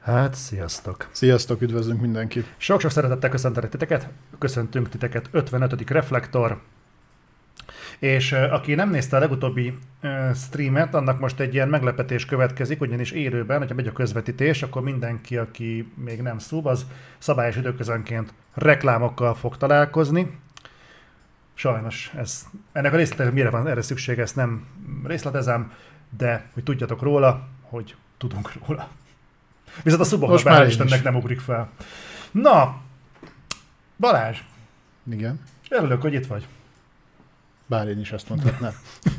Hát, sziasztok! Sziasztok, üdvözlünk mindenkit! Sok-sok szeretettel köszöntünk titeket, 55. Reflektor. És aki nem nézte a legutóbbi streamet, annak most egy ilyen meglepetés következik, ugyanis élőben, hogyha megy a közvetítés, akkor mindenki, aki még nem szub, az szabályos időközönként reklámokkal fog találkozni. Sajnos ennek a részletek, mire van erre szükség, ezt nem részletezem, de hogy tudjatok róla, hogy tudunk róla. Viszont a szuboknak már Istennek nem ugrik fel. Na, Balázs! Igen? Örülök, hogy itt vagy. Bár én is ezt mondhatnám.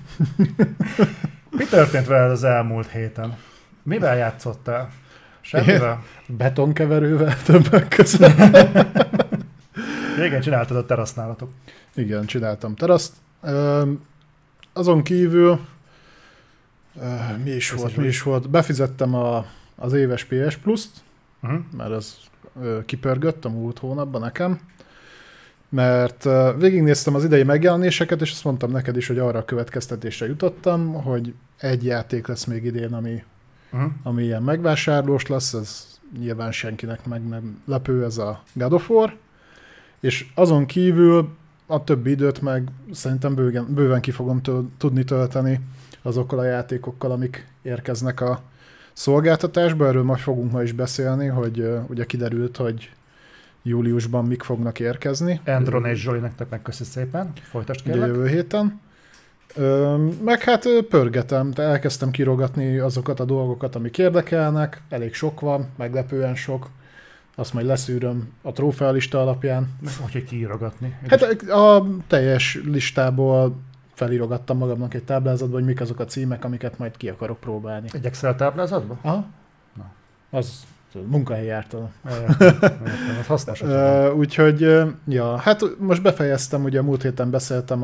Mi történt veled az elmúlt héten? Mivel játszottál? Semmivel? Betonkeverővel többek között. Régen csináltad a terasználatok. Igen, csináltam teraszt. Azon kívül mi is volt? Befizettem az éves PS Plus-t, mert az kipörgött a múlt hónapban nekem, mert végignéztem az idei megjelenéseket, és azt mondtam neked is, hogy arra a következtetésre jutottam, hogy egy játék lesz még idén, ami ilyen megvásárlós lesz, ez nyilván senkinek meg nem lepő, ez a God of War, és azon kívül a többi időt meg szerintem bőven ki fogom tudni tölteni azokkal a játékokkal, amik érkeznek a szolgáltatásba. Erről majd fogunk ma is beszélni, hogy ugye kiderült, hogy júliusban mik fognak érkezni. Endron és Zsoli, nektek megköszi szépen. Folytasd kérlek. Jövő héten. Meg hát pörgetem, elkezdtem kirogatni azokat a dolgokat, amik érdekelnek. Elég sok van, meglepően sok. Azt majd leszűröm a trófealista alapján. Hogy kiírogatni? Hát a teljes listából felírogattam magamnak egy táblázatba, hogy mik azok a címek, amiket majd ki akarok próbálni. Egy Excel táblázatba? Aha. Na. Az munkahelyi jártalom. Ez hasznos. Úgyhogy, ja, hát most befejeztem, ugye a múlt héten beszéltem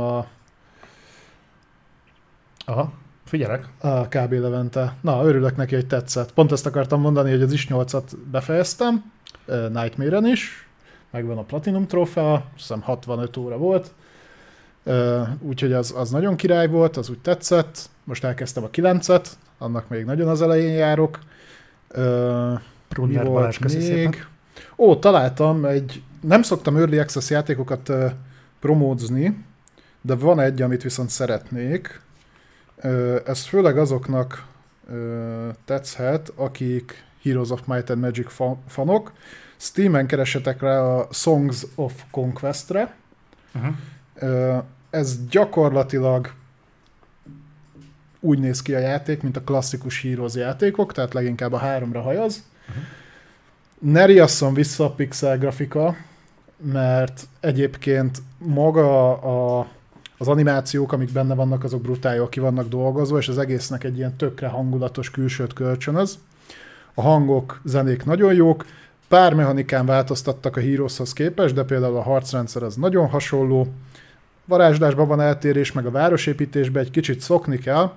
Aha, figyelek. A KB Levente. Na, örülök neki, hogy tetszett. Pont ezt akartam mondani, hogy az is 8-at befejeztem, Nightmare-en is, megvan a Platinum trófea, azt hiszem 65 óra volt, úgyhogy az nagyon király volt, az úgy tetszett. Most elkezdtem a 9-et, annak még nagyon az elején járok. Mi volt még? Találtam nem szoktam Early Access játékokat promózni, de van egy, amit viszont szeretnék. Ez főleg azoknak tetszhet, akik Heroes of Might and Magic fanok. Steamen keresetek rá a Songs of Conquest-re. Ez gyakorlatilag úgy néz ki a játék, mint a klasszikus Heroes játékok, tehát leginkább a 3-ra hajaz. Ne riasszon vissza a pixel grafika, mert egyébként maga az animációk, amik benne vannak, azok brutáljuk, ki vannak dolgozva, és az egésznek egy ilyen tökre hangulatos külsőt kölcsönöz. A hangok, zenék nagyon jók, pár mechanikán változtattak a Heroeshoz képest, de például a harcrendszer az nagyon hasonló, varázslásban van eltérés, meg a városépítésben egy kicsit szokni kell,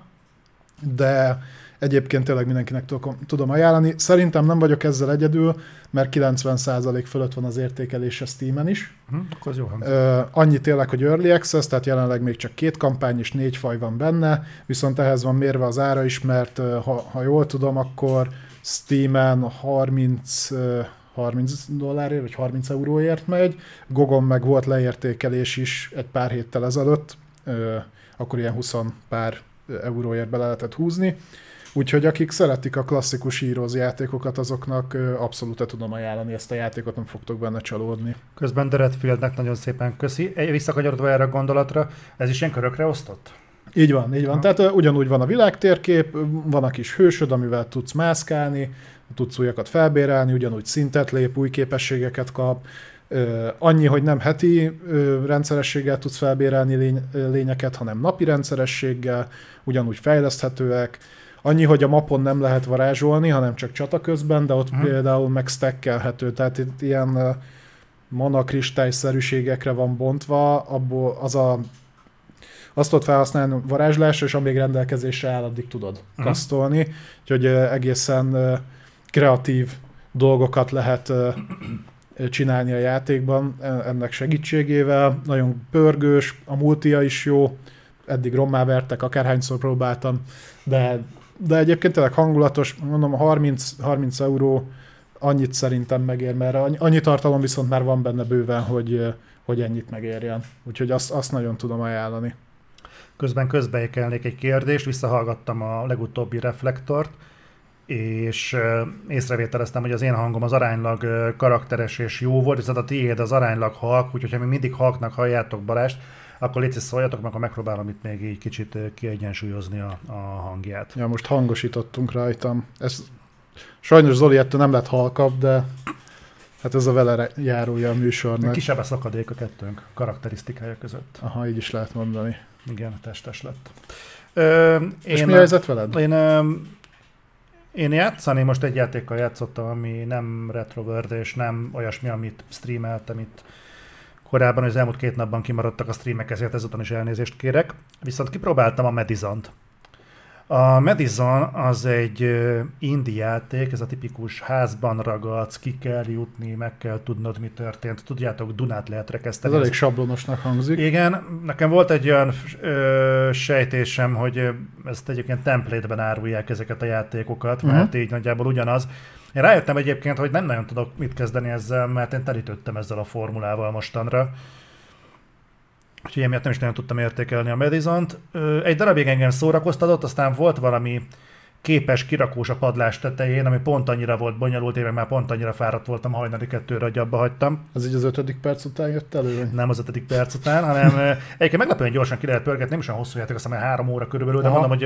de egyébként tényleg mindenkinek tudom ajánlani. Szerintem nem vagyok ezzel egyedül, mert 90% fölött van az értékelése Steamen is. Akkor az jó annyi tényleg, hogy Early Access, tehát jelenleg még csak 2 kampány és 4 faj van benne, viszont ehhez van mérve az ára is, mert ha jól tudom, akkor Steamen 30 dollárért, vagy 30 euróért megy. Gogon meg volt leértékelés is egy pár héttel ezelőtt, akkor ilyen 20 pár euróért bele lehetett húzni. Úgyhogy akik szeretik a klasszikus Heroes játékokat, azoknak abszolút tudom ajánlani ezt a játékot, nem fogtok benne csalódni. Közben The Redfieldnek nagyon szépen köszi. Visszakanyarodva erre a gondolatra, ez is ilyen körökre osztott? Így van, így van. Tehát ugyanúgy van a világtérkép, van a kis hősöd, amivel tudsz mászkálni, tudsz újakat felbérelni, ugyanúgy szintet lép, új képességeket kap. Annyi, hogy nem heti rendszerességgel tudsz felbérelni lényeket, hanem napi rendszerességgel, ugyanúgy fejleszthetőek. Annyi, hogy a mapon nem lehet varázsolni, hanem csak csata közben, de ott például meg stackelhető, tehát itt ilyen mana kristályszerűségekre van bontva, abból azt tudod felhasználni varázslásra, és amíg rendelkezésre áll, addig tudod kasztolni. Úgyhogy egészen kreatív dolgokat lehet csinálni a játékban ennek segítségével. Nagyon pörgős, a multia is jó, eddig rommá vertek, akárhányszor próbáltam, de egyébként tényleg hangulatos, mondom, 30 euró annyit szerintem megér, mert annyi tartalom viszont már van benne bőven, hogy ennyit megérjen. Úgyhogy azt nagyon tudom ajánlani. Közben közbeékelnék egy kérdést, visszahallgattam a legutóbbi Reflektort, és észrevételeztem, hogy az én hangom az aránylag karakteres és jó volt, viszont a tiéd az aránylag halk, úgyhogy ha mi mindig halknak halljátok Balást, akkor légy szóljatok, meg ha megpróbálom itt még így kicsit kiegyensúlyozni a hangját. Ja, most hangosítottunk rajtam. Sajnos Zoli ettől nem lett halkabb, de hát ez a vele járója a műsornak. Kisebb a szakadék a kettőnk karakterisztikája között. Aha, így is lehet mondani. Igen, testes lett. És mi a helyzet veled? Én játszani most egy játékkal játszottam, ami nem Retroworld és nem olyasmi, amit streameltem itt korábban, az elmúlt 2 napban kimaradtak a streamek, ezért ezután is elnézést kérek. Viszont kipróbáltam a Medizont. A Medizon az egy indie játék, ez a tipikus házban ragadsz, ki kell jutni, meg kell tudnod, mi történt. Tudjátok, Dunát lehet rekeszteni. Ez elég sablonosnak hangzik. Igen, nekem volt egy olyan sejtésem, hogy ezt egyébként template-ben árulják ezeket a játékokat, mert így nagyjából ugyanaz. Én rájöttem egyébként, hogy nem nagyon tudok mit kezdeni ezzel, mert én telítődtem ezzel a formulával mostanra. Úgyhogy emiatt nem is nagyon tudtam értékelni a Medizont. Egy darabig engem szórakoztatott, aztán volt valami képes kirakós a padlás tetején, ami pont annyira volt bonyolult, én már pont annyira fáradt voltam hajnali 2-re, hogy abba hagytam. Ez így az 5. perc után jött elő? Vagy? Nem az 5. perc után, hanem egyébként meglepően gyorsan ki lehet pörgetni, nem is olyan hosszú játék, azt hiszem 3 óra körülbelül, de mondom, hogy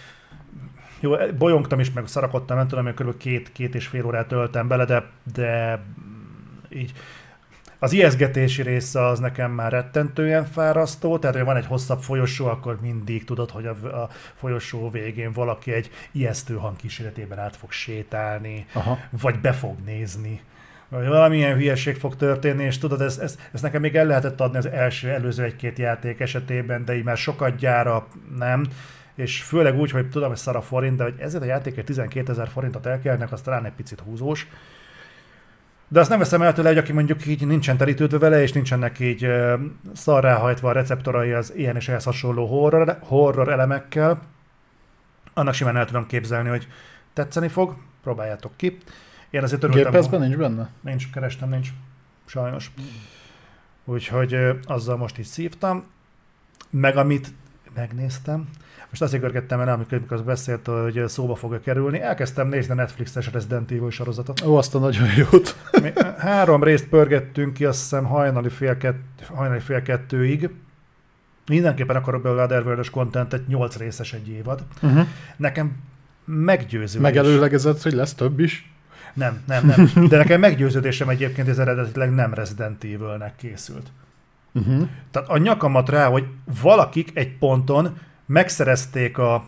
jó, bolyongtam is, meg szarakodtam, nem tudom, hogy kb. 2,5 órát töltem bele, de így. Az ijeszgetési része az nekem már rettentően fárasztó, tehát ha van egy hosszabb folyosó, akkor mindig tudod, hogy a folyosó végén valaki egy ijesztő hang kíséretében át fog sétálni, vagy be fog nézni. Vagy valamilyen hülyeség fog történni, és tudod, ezt nekem még el lehetett adni az előző 1-2 játék esetében, de így már sokat gyára nem. És főleg úgy, hogy tudom, hogy szar a forint, de hogy ezért a játékért 12 000 forintot elkérnek, az talán egy picit húzós. De azt nem veszem el tőle, hogy aki mondjuk így nincsen telítődve vele, és nincsenek így szarráhajtva a receptorai az ilyen és ehhez hasonló horror elemekkel, annak simán el tudom képzelni, hogy tetszeni fog, próbáljátok ki. Én azért örültem. Game Pass-ben nincs benne? Nincs, kerestem, nincs. Sajnos. Úgyhogy azzal most is szívtam. Meg amit megnéztem, most azért görgettem el, amikor beszélt, hogy szóba fog kerülni. Elkezdtem nézni a Netflixes Resident Evil sorozatot. Ó, azt a nagyon jót. 3 részt pörgettünk ki, azt hiszem hajnali fél kettőig. Mindenképpen akarok belőle Otherworld-ös contentet, 8 részes egy évad. Nekem meggyőződés. Megelőlegezett, hogy lesz több is? Nem. De nekem meggyőződésem egyébként, ez eredetileg nem Resident Evil-nek készült. Tehát a nyakamat rá, hogy valakik egy ponton megszerezték a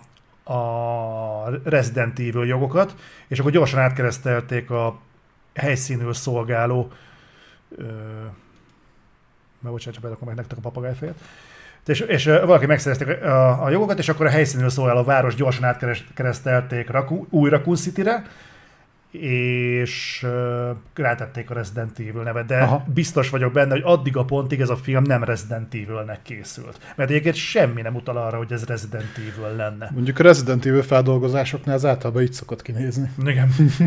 Resident Evil jogokat, és akkor gyorsan átkeresztelték a helyszínül szolgáló bocsánat, csak berakom meg nektek a papagájfejet. És valaki megszerezték a jogokat, és akkor a helyszínül szolgáló város gyorsan átkeresztelték új Raccoon City-re, és rátették a Resident Evil nevet, de biztos vagyok benne, hogy addig a pontig ez a film nem Resident Evil-nek készült. Mert egyébként semmi nem utal arra, hogy ez Resident Evil lenne. Mondjuk a Resident Evil feldolgozásoknál az általában így szokott kinézni. Igen.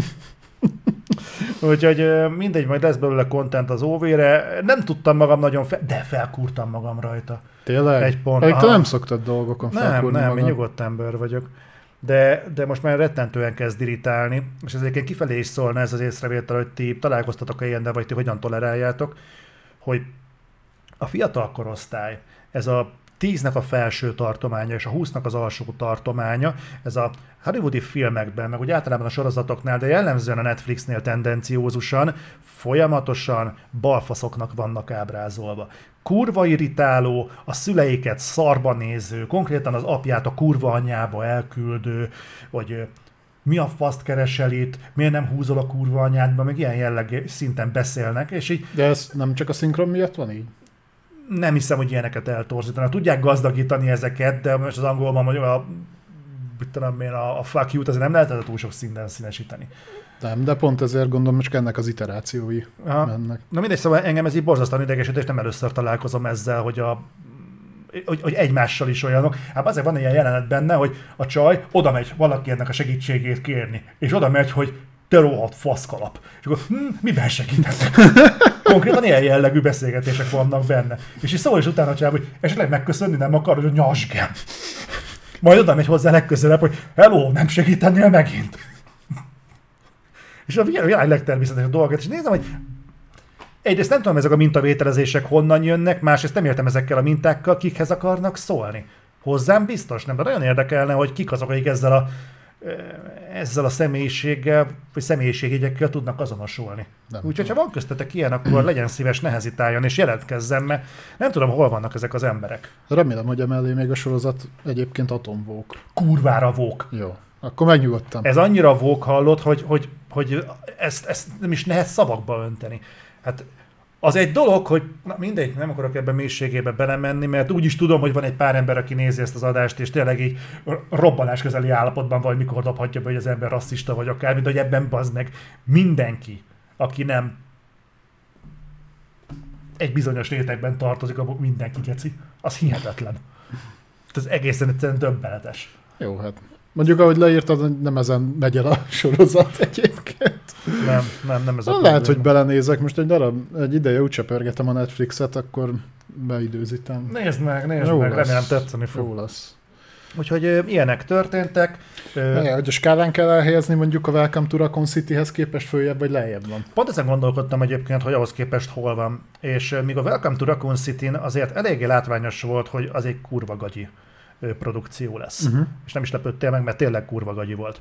Úgyhogy mindegy, majd lesz belőle content az OV-re. Nem tudtam magam nagyon, de felkúrtam magam rajta. Tényleg? Egy pont. Te nem szoktad dolgokon felkúrni magam. Nem, én nyugodt ember vagyok. De most már rettentően kezd irritálni, és ezért kifelé is szólna ez az észrevétel, hogy ti találkoztatok-e ilyennel, vagy ti hogyan toleráljátok, hogy a fiatal korosztály, ez a 10-nek a felső tartománya és a 20-nak az alsó tartománya, ez a hollywoodi filmekben, meg úgy általában a sorozatoknál, de jellemzően a Netflixnél tendenciózusan, folyamatosan balfaszoknak vannak ábrázolva. Kurva irritáló, a szüleiket szarba néző, konkrétan az apját a kurva anyjába elküldő, hogy mi a faszt keresel itt, miért nem húzol a kurva anyádba, meg ilyen jelleg szinten beszélnek, és így... De ez nem csak a szinkron miatt van így? Nem hiszem, hogy ilyeneket eltorzítanak. Tudják gazdagítani ezeket, de most az angolban mondjuk a fuck you-t azért nem lehet túl sok szinten színesíteni. Nem, de pont ezért gondolom, csak ennek az iterációi mennek. Na mindegy, szóval engem ez így borzasztóan idegesít, és nem először találkozom ezzel, hogy egymással is olyanok. Hát azért van ilyen jelenet benne, hogy a csaj oda megy valaki ennek a segítségét kérni, és oda megy, hogy te rohadt faszkalap. És akkor miben segíthetek? Konkrétan ilyen jellegű beszélgetések vannak benne. És így szól is utána csinál, hogy esetleg megköszönni nem akar, hogy nyasgem. Majd oda megy hozzá legközelebb, hogy hello, nem segítenél megint? És a világ legtermészetesebb dolgokat, és nézem, hogy egyrészt nem tudom, ezek a mintavételezések honnan jönnek, másrészt nem értem ezekkel a mintákkal, kikhez akarnak szólni. Hozzám biztos nem, de nagyon érdekelne, hogy kik azok, akik ezzel a személyiséggel, vagy személyiségjegyekkel tudnak azonosulni. Úgyhogy, ha van köztetek ilyen, akkor legyen szíves, ne hezitáljon és jelentkezzen, mert nem tudom, hol vannak ezek az emberek. Remélem, hogy emellé még a sorozat egyébként atomvók. Kurvára vók. Jó, akkor megnyugodtam. Ez annyira vók hallott, hogy ezt nem is lehet szavakba önteni. Hát az egy dolog, hogy mindegy, nem akarok ebben mélységébe belemenni, mert úgy is tudom, hogy van egy pár ember, aki nézi ezt az adást, és tényleg így robbanás közeli állapotban vagy, mikor dobhatja be, hogy az ember rasszista vagy akármi, de hogy ebben bazd meg mindenki, aki nem egy bizonyos rétegben tartozik, abban mindenki geci. Az hihetetlen. Ez egészen egyszerűen döbbenetes. Jó, hát mondjuk, ahogy leírtad, nem ezen megy el a sorozat egyébként. Nem ez a lehet, hogy belenézek. Most egy ideje úgy csöpörgetem a Netflixet, akkor beidőzítem. Nézd meg, remélem tetszeni fog. Jó lesz. Úgyhogy ilyenek történtek. Hogy a skálán kell elhelyezni mondjuk a Welcome to Raccoon Cityhez képest följebb vagy lejjebb van? Pont ezen gondolkodtam egyébként, hogy ahhoz képest hol van. És míg a Welcome to Raccoon Cityn azért eléggé látványos volt, hogy az egy kurva gagyi produkció lesz. És nem is lepődtél meg, mert tényleg kurva gagyi volt.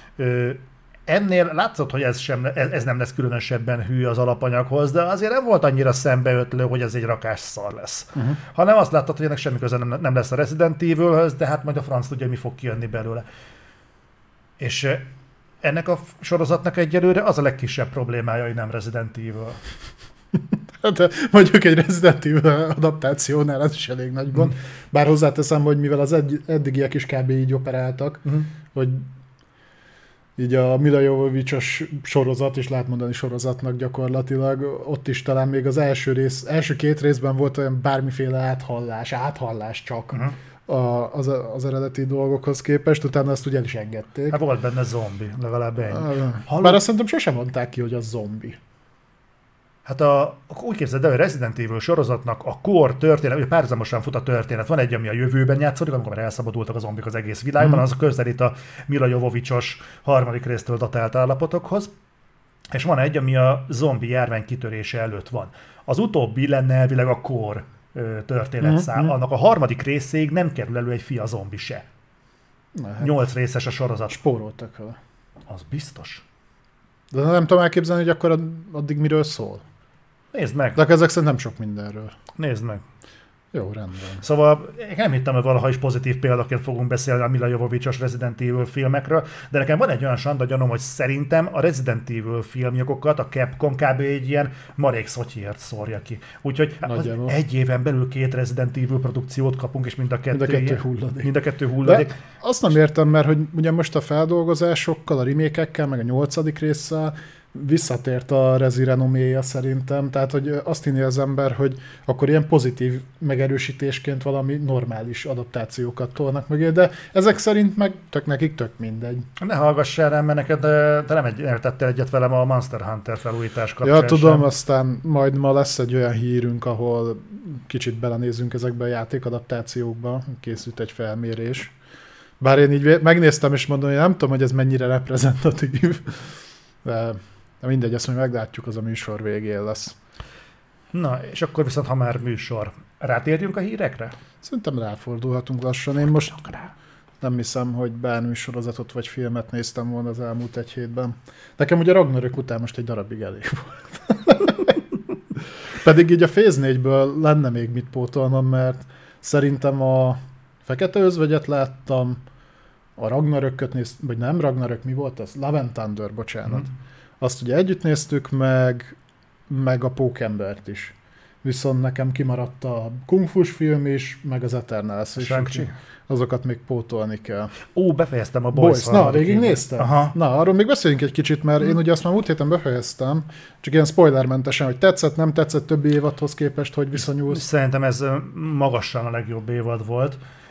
Ennél látszott, hogy ez nem lesz különösebben hű az alapanyaghoz, de azért nem volt annyira szembeötlő, hogy ez egy rakás szar lesz. Hanem azt láttad, hogy ennek semmi köze nem lesz a Resident Evilhöz, de hát majd a franc tudja, mi fog kijönni belőle. És ennek a sorozatnak egyelőre az a legkisebb problémája, hogy nem Resident Evil. Hát mondjuk egy Resident Evil adaptációnál ez is elég nagy gond. Bár hozzáteszem, hogy mivel az eddigiek is kb. Így operáltak, hogy így a Mila Jovovich-os sorozat, és lehet mondani sorozatnak gyakorlatilag, ott is talán még az első két részben volt olyan bármiféle áthallás csak az eredeti dolgokhoz képest, utána azt ugye el is engedték. Hát volt benne zombi, legalább ennyi. Bár azt szerintem sosem mondták ki, hogy az zombi. Hát úgy képzeld el, hogy Resident Evil sorozatnak a core történet, hogy párhuzamosan fut a történet. Van egy, ami a jövőben játszódik, amikor már elszabadultak a zombik az egész világban, az közelít a Mila Jovovich-os harmadik résztől datált állapotokhoz. És van egy, ami a zombi járvány kitörése előtt van. Az utóbbi lenne elvileg a core történetszám. Annak a harmadik részéig nem kerül elő egy fia zombi se. 8 részes a sorozat. Spóroltak vele. Az biztos. De nem tudom elképzelni, hogy akkor addig miről szól. Nézd meg. De ezek szerint nem sok mindenről. Nézd meg. Jó, rendben. Szóval nem hittem, hogy valaha is pozitív példaként fogunk beszélni a Mila Jovovich-os Resident Evil filmekről, de nekem van egy olyan sanda gyanom, hogy szerintem a Resident Evil filmjogokat a Capcom kb. Egy ilyen marék szotyiért szórja ki. Úgyhogy egy éven belül 2 Resident Evil produkciót kapunk, és mind a kettő hulladék. De azt nem értem, mert hogy ugye most a feldolgozásokkal, a remékekkel, meg a 8. résszel visszatért a Rezi renoméja szerintem, tehát hogy azt hinni az ember, hogy akkor ilyen pozitív megerősítésként valami normális adaptációkat tolnak mögé, de ezek szerint meg nekik tök mindegy. Ne hallgassál rám, mert neked te nem értettél egyet velem a Monster Hunter felújítás kapcsán. Ja, tudom, aztán majd ma lesz egy olyan hírünk, ahol kicsit belenézünk ezekbe a játékadaptációkba, készült egy felmérés. Bár én így megnéztem, és mondom, hogy nem tudom, hogy ez mennyire reprezentatív, de mindegy, ezt majd meglátjuk, az a műsor végén lesz. Na, és akkor viszont, ha már műsor, rátérjünk a hírekre? Szerintem ráfordulhatunk lassan. Én most nem hiszem, hogy bármi sorozatot vagy filmet néztem volna az elmúlt egy hétben. Nekem ugye Ragnarök után most egy darabig elég volt. Pedig így a Phase 4-ből lenne még mit pótolnom, mert szerintem a Fekete Özvegyet láttam, a Ragnarököt néztem, vagy nem Ragnarök, mi volt az? Love and Thunder, bocsánat. Azt ugye együtt néztük, meg a Pókembert is. Viszont nekem kimaradt a Kung Fu-s film is, meg az Eternals is. Azokat még pótolni kell. Befejeztem a Boys. Na, végig néztem? Aha. Na, arról még beszéljünk egy kicsit, mert én ugye azt már múlt héten befejeztem, csak ilyen spoilermentesen, hogy tetszett, nem tetszett többi évadhoz képest, hogy viszonyulsz. Szerintem ez magasan a legjobb évad volt.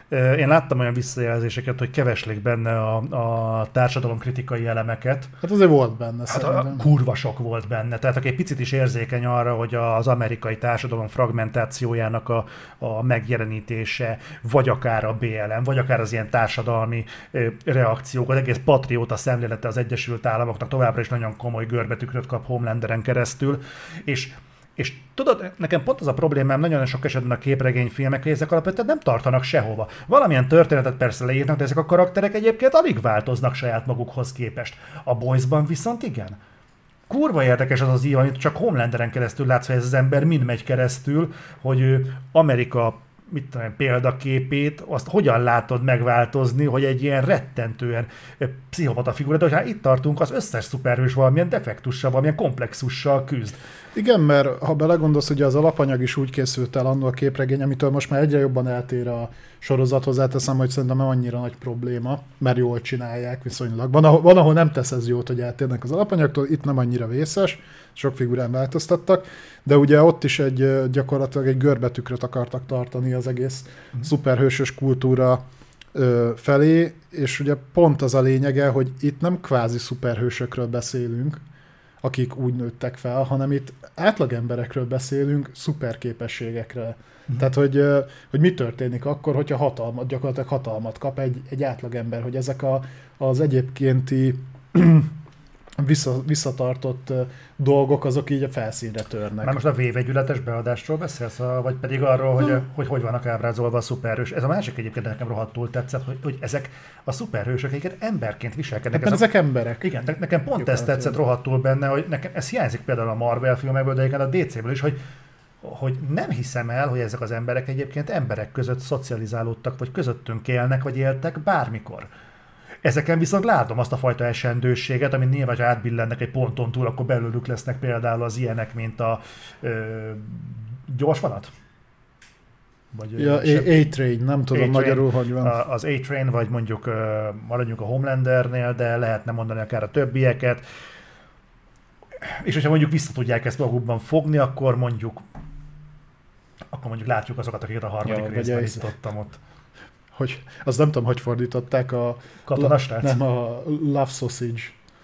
Én láttam olyan visszajelzéseket, hogy keveslik benne a társadalomkritikai elemeket. Hát azért volt benne szerintem. Kurva sok volt benne. Tehát aki egy picit is érzékeny arra, hogy az amerikai társadalom fragmentációjának a megjelenítése, vagy akár a BLM, vagy akár az ilyen társadalmi reakciók, az egész patrióta szemlélete az Egyesült Államoknak továbbra is nagyon komoly görbetükröt kap Homelanderen keresztül, és tudod, nekem pont az a problémám nagyon sok esetben a képregényfilmek, hogy ezek alapvetően nem tartanak sehova. Valamilyen történetet persze leírnak, de ezek a karakterek egyébként alig változnak saját magukhoz képest. A Boysban viszont igen. Kurva érdekes az az ív, amit csak Homelanderen keresztül látsz, hogy ez az ember mind megy keresztül, hogy ő Amerika példaképét, azt hogyan látod megváltozni, hogy egy ilyen rettentően pszichopata figura, de hogyha itt tartunk, az összes szuperhős valamilyen defektussal, valamilyen komplexussal küzd. Igen, mert ha belegondolsz, hogy az alapanyag is úgy készült el annól a képregény, amitől most már egyre jobban eltér a sorozat, hozzáteszem, hogy szerintem nem annyira nagy probléma, mert jól csinálják viszonylag. Van, ahol nem tesz ez jót, hogy eltérnek az alapanyagtól, itt nem annyira vészes, sok figurán változtattak, de ugye ott is gyakorlatilag egy görbetükröt akartak tartani az egész szuperhősös kultúra felé, és ugye pont az a lényege, hogy itt nem kvázi szuperhősökről beszélünk, akik úgy nőttek fel, hanem itt átlagemberekről beszélünk, szuperképességekről. Tehát, hogy mi történik akkor, hogyha gyakorlatilag hatalmat kap egy átlagember, hogy ezek az egyébkénti visszatartott dolgok, azok így a felszínre törnek. Már most a V-vegyületes beadásról beszélsz, vagy pedig arról, hogy vannak ábrázolva a szuperhős. Ez a másik egyébként nekem rohadtul tetszett, hogy ezek a szuperhősök egyébként emberként viselkednek. Hát ezek emberek. Igen, nekem pont ez tetszett rohadtul benne, hogy nekem ez hiányzik például a Marvel filmekből, de egyébként a DC-ből is, hogy nem hiszem el, hogy ezek az emberek egyébként emberek között szocializálódtak, vagy közöttünk élnek, vagy éltek bármikor. Ezeken viszont látom azt a fajta esendőséget, ami nyilván, ha átbillennek egy ponton túl, akkor belőlük lesznek például az ilyenek, mint a gyorsvonat? Vagy A-Train, nem tudom magyarul, hogy van. Az A-Train, vagy mondjuk maradjunk a Homelandernél, de lehetne mondani akár a többieket. És hogyha mondjuk vissza tudják ezt magukban fogni, akkor mondjuk látjuk azokat, akiket a harmadik részben izítottam ott. Azt nem tudom, hogy fordították a Love Sausage.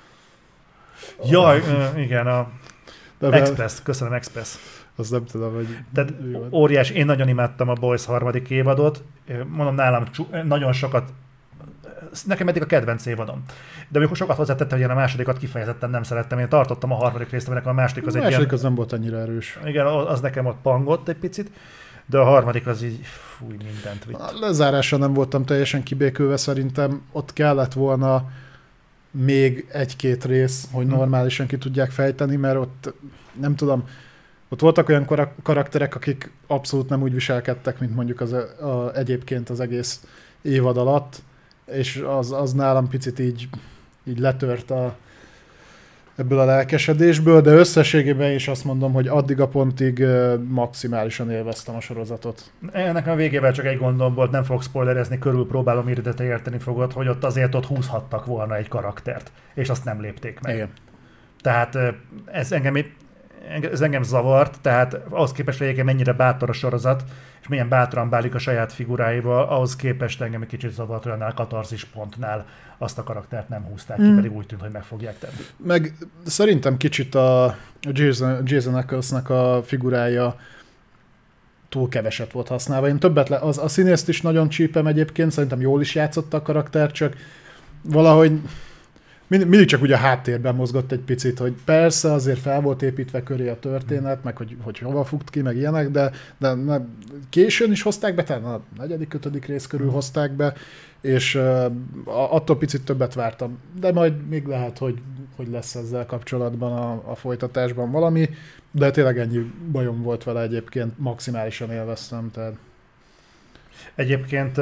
Jaj, igen, Express, köszönöm, Express. Azt nem tudom, hogy... Tehát óriás, én nagyon imádtam a Boys harmadik évadot, mondom nálam nagyon sokat, nekem eddig a kedvenc évadom. De amikor sokat hozzátette, hogy én a másodikat kifejezetten nem szerettem, én tartottam a harmadik részt, aminek a második az egy ilyen... az nem volt annyira erős. Igen, az nekem ott pangott egy picit. De a harmadik az így fúj, mindent vitt. A lezárásra nem voltam teljesen kibékülve, szerintem ott kellett volna még egy-két rész, hogy normálisan ki tudják fejteni, mert ott nem tudom, ott voltak olyan karakterek, akik abszolút nem úgy viselkedtek, mint mondjuk egyébként az egész évad alatt, és az nálam picit így letört ebből a lelkesedésből, de összességében is azt mondom, hogy addig a pontig maximálisan élveztem a sorozatot. Nekem a végével csak egy gondom volt, nem fogok spoilerezni, körül próbálom írni, de te érteni fogod, hogy ott azért ott húzhattak volna egy karaktert, és azt nem lépték meg. Igen. Tehát ez engem zavart, tehát ahhoz képest, hogy egyébként mennyire bátor a sorozat, és milyen bátran bálik a saját figuráival, ahhoz képest engem egy kicsit zavart, hogy annál katarzis pontnál azt a karaktert nem húzták ki, pedig úgy tűnt, hogy meg fogják tenni. Meg szerintem kicsit a Jason Ackles-nek a figurája túl keveset volt használva. Én többet a színészt is nagyon csípem egyébként, szerintem jól is játszotta a karakter, csak valahogy mindig csak úgy a háttérben mozgott egy picit, hogy persze azért fel volt építve köré a történet, meg hogy hova fukt ki, meg ilyenek, de későn is hozták be, talán a 4.-5. rész körül hozták be, és attól picit többet vártam. De majd még lehet, hogy lesz ezzel kapcsolatban a folytatásban valami, de tényleg ennyi bajom volt vele egyébként, maximálisan élveztem. Tehát. Egyébként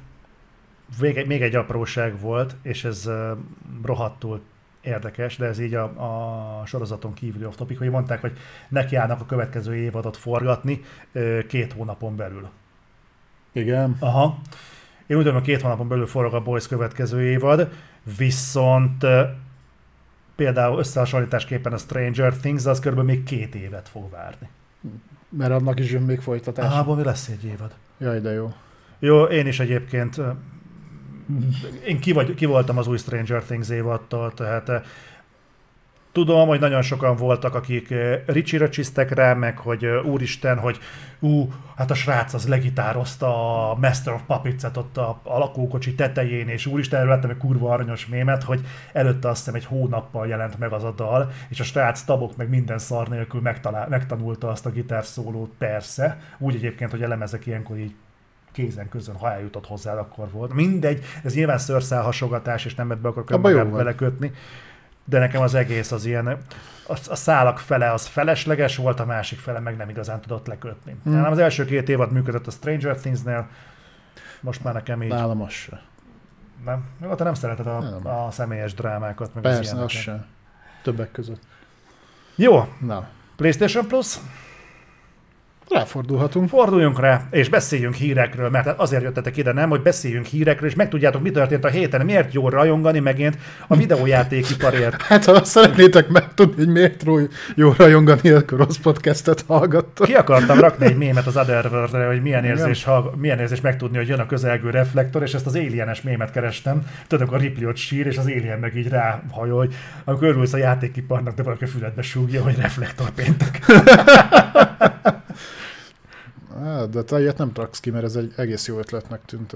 még egy apróság volt, és ez rohadtul érdekes, de ez így a sorozaton kívüli off-topic, hogy mondták, hogy nekiállnak a következő évadot forgatni 2 hónapon belül. Igen. Aha. Én úgy tudom, hogy 2 hónapon belül forog a Boys következő évad, viszont például összehasonlításképpen a Stranger Things, az körülbelül még 2 évet fog várni. Mert annak is jön még folytatás. Abból mi lesz egy évad. Jaj, de jó. Jó, én is egyébként, én ki voltam az új Stranger Things évattól, tehát tudom, hogy nagyon sokan voltak, akik ricsi-röcsisztek rá, meg hogy úristen, hogy hát a srác az legitározta a Master of Puppets-et ott a lakókocsi tetején, és úristen, erről láttam egy kurva aranyos mémet, hogy előtte azt hiszem egy hónappal jelent meg az a dal, és a srác tabok meg minden szar nélkül megtanulta azt a gitárszólót, persze. Úgy egyébként, hogy a lemezek ilyenkor így kézen közön, ha eljutott hozzá, akkor volt. Mindegy, ez nyilván szőrszálhasogatás, és nem ebbe akarok önmagában belekötni. De nekem az egész az ilyen, a szálak fele az felesleges volt, a másik fele meg nem igazán tudott lekötni. Nálam az első 2 évad működött a Stranger Things-nél, most már nekem így... Nálam az se. Nem? Jó, te nem szereted a személyes drámákat, meg persze, az ilyeneket. az se. Többek között. Jó. Na. PlayStation Plus? Ráfordulhatunk. Forduljunk rá, és beszéljünk hírekről, mert azért jöttetek ide, nem, hogy beszéljünk hírekről, és megtudjátok, mi történt a héten, miért jó rajongani megint a videójátékiparért. Hát, ha szeretnétek megtudni, hogy miért jó rajongani, akkor rossz podcastet hallgattok. Ki akartam rakni egy mémet az Otherworld-re, hogy milyen érzés megtudni, hogy jön a közelgő reflektor, és ezt az alienes mémet kerestem. Tudod, a Ripley ott sír, és az alien meg így ráhajol, hogy amikor örülsz a játékiparnak, de valaki a füledbe súgja, hogy reflektor péntek. De te ilyet nem traksz ki, mert ez egy egész jó ötletnek tűnt.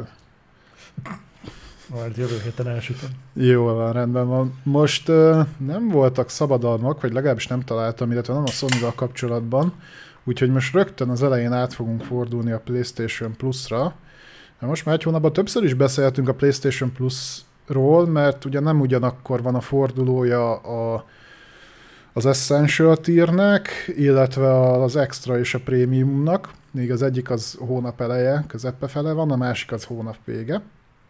Majd jövő héten elsütöm. Jól van, rendben van. Most nem voltak szabadalmak, vagy legalábbis nem találtam, illetve nem a Sony-val kapcsolatban, úgyhogy most rögtön az elején át fogunk fordulni a PlayStation Plus-ra. Most már egy hónapban többször is beszéltünk a PlayStation Plus-ról, mert ugye nem ugyanakkor van a fordulója az Essential tiernek, illetve az Extra és a Premiumnak. Még az egyik az hónap eleje, közepe fele van, a másik az hónap vége.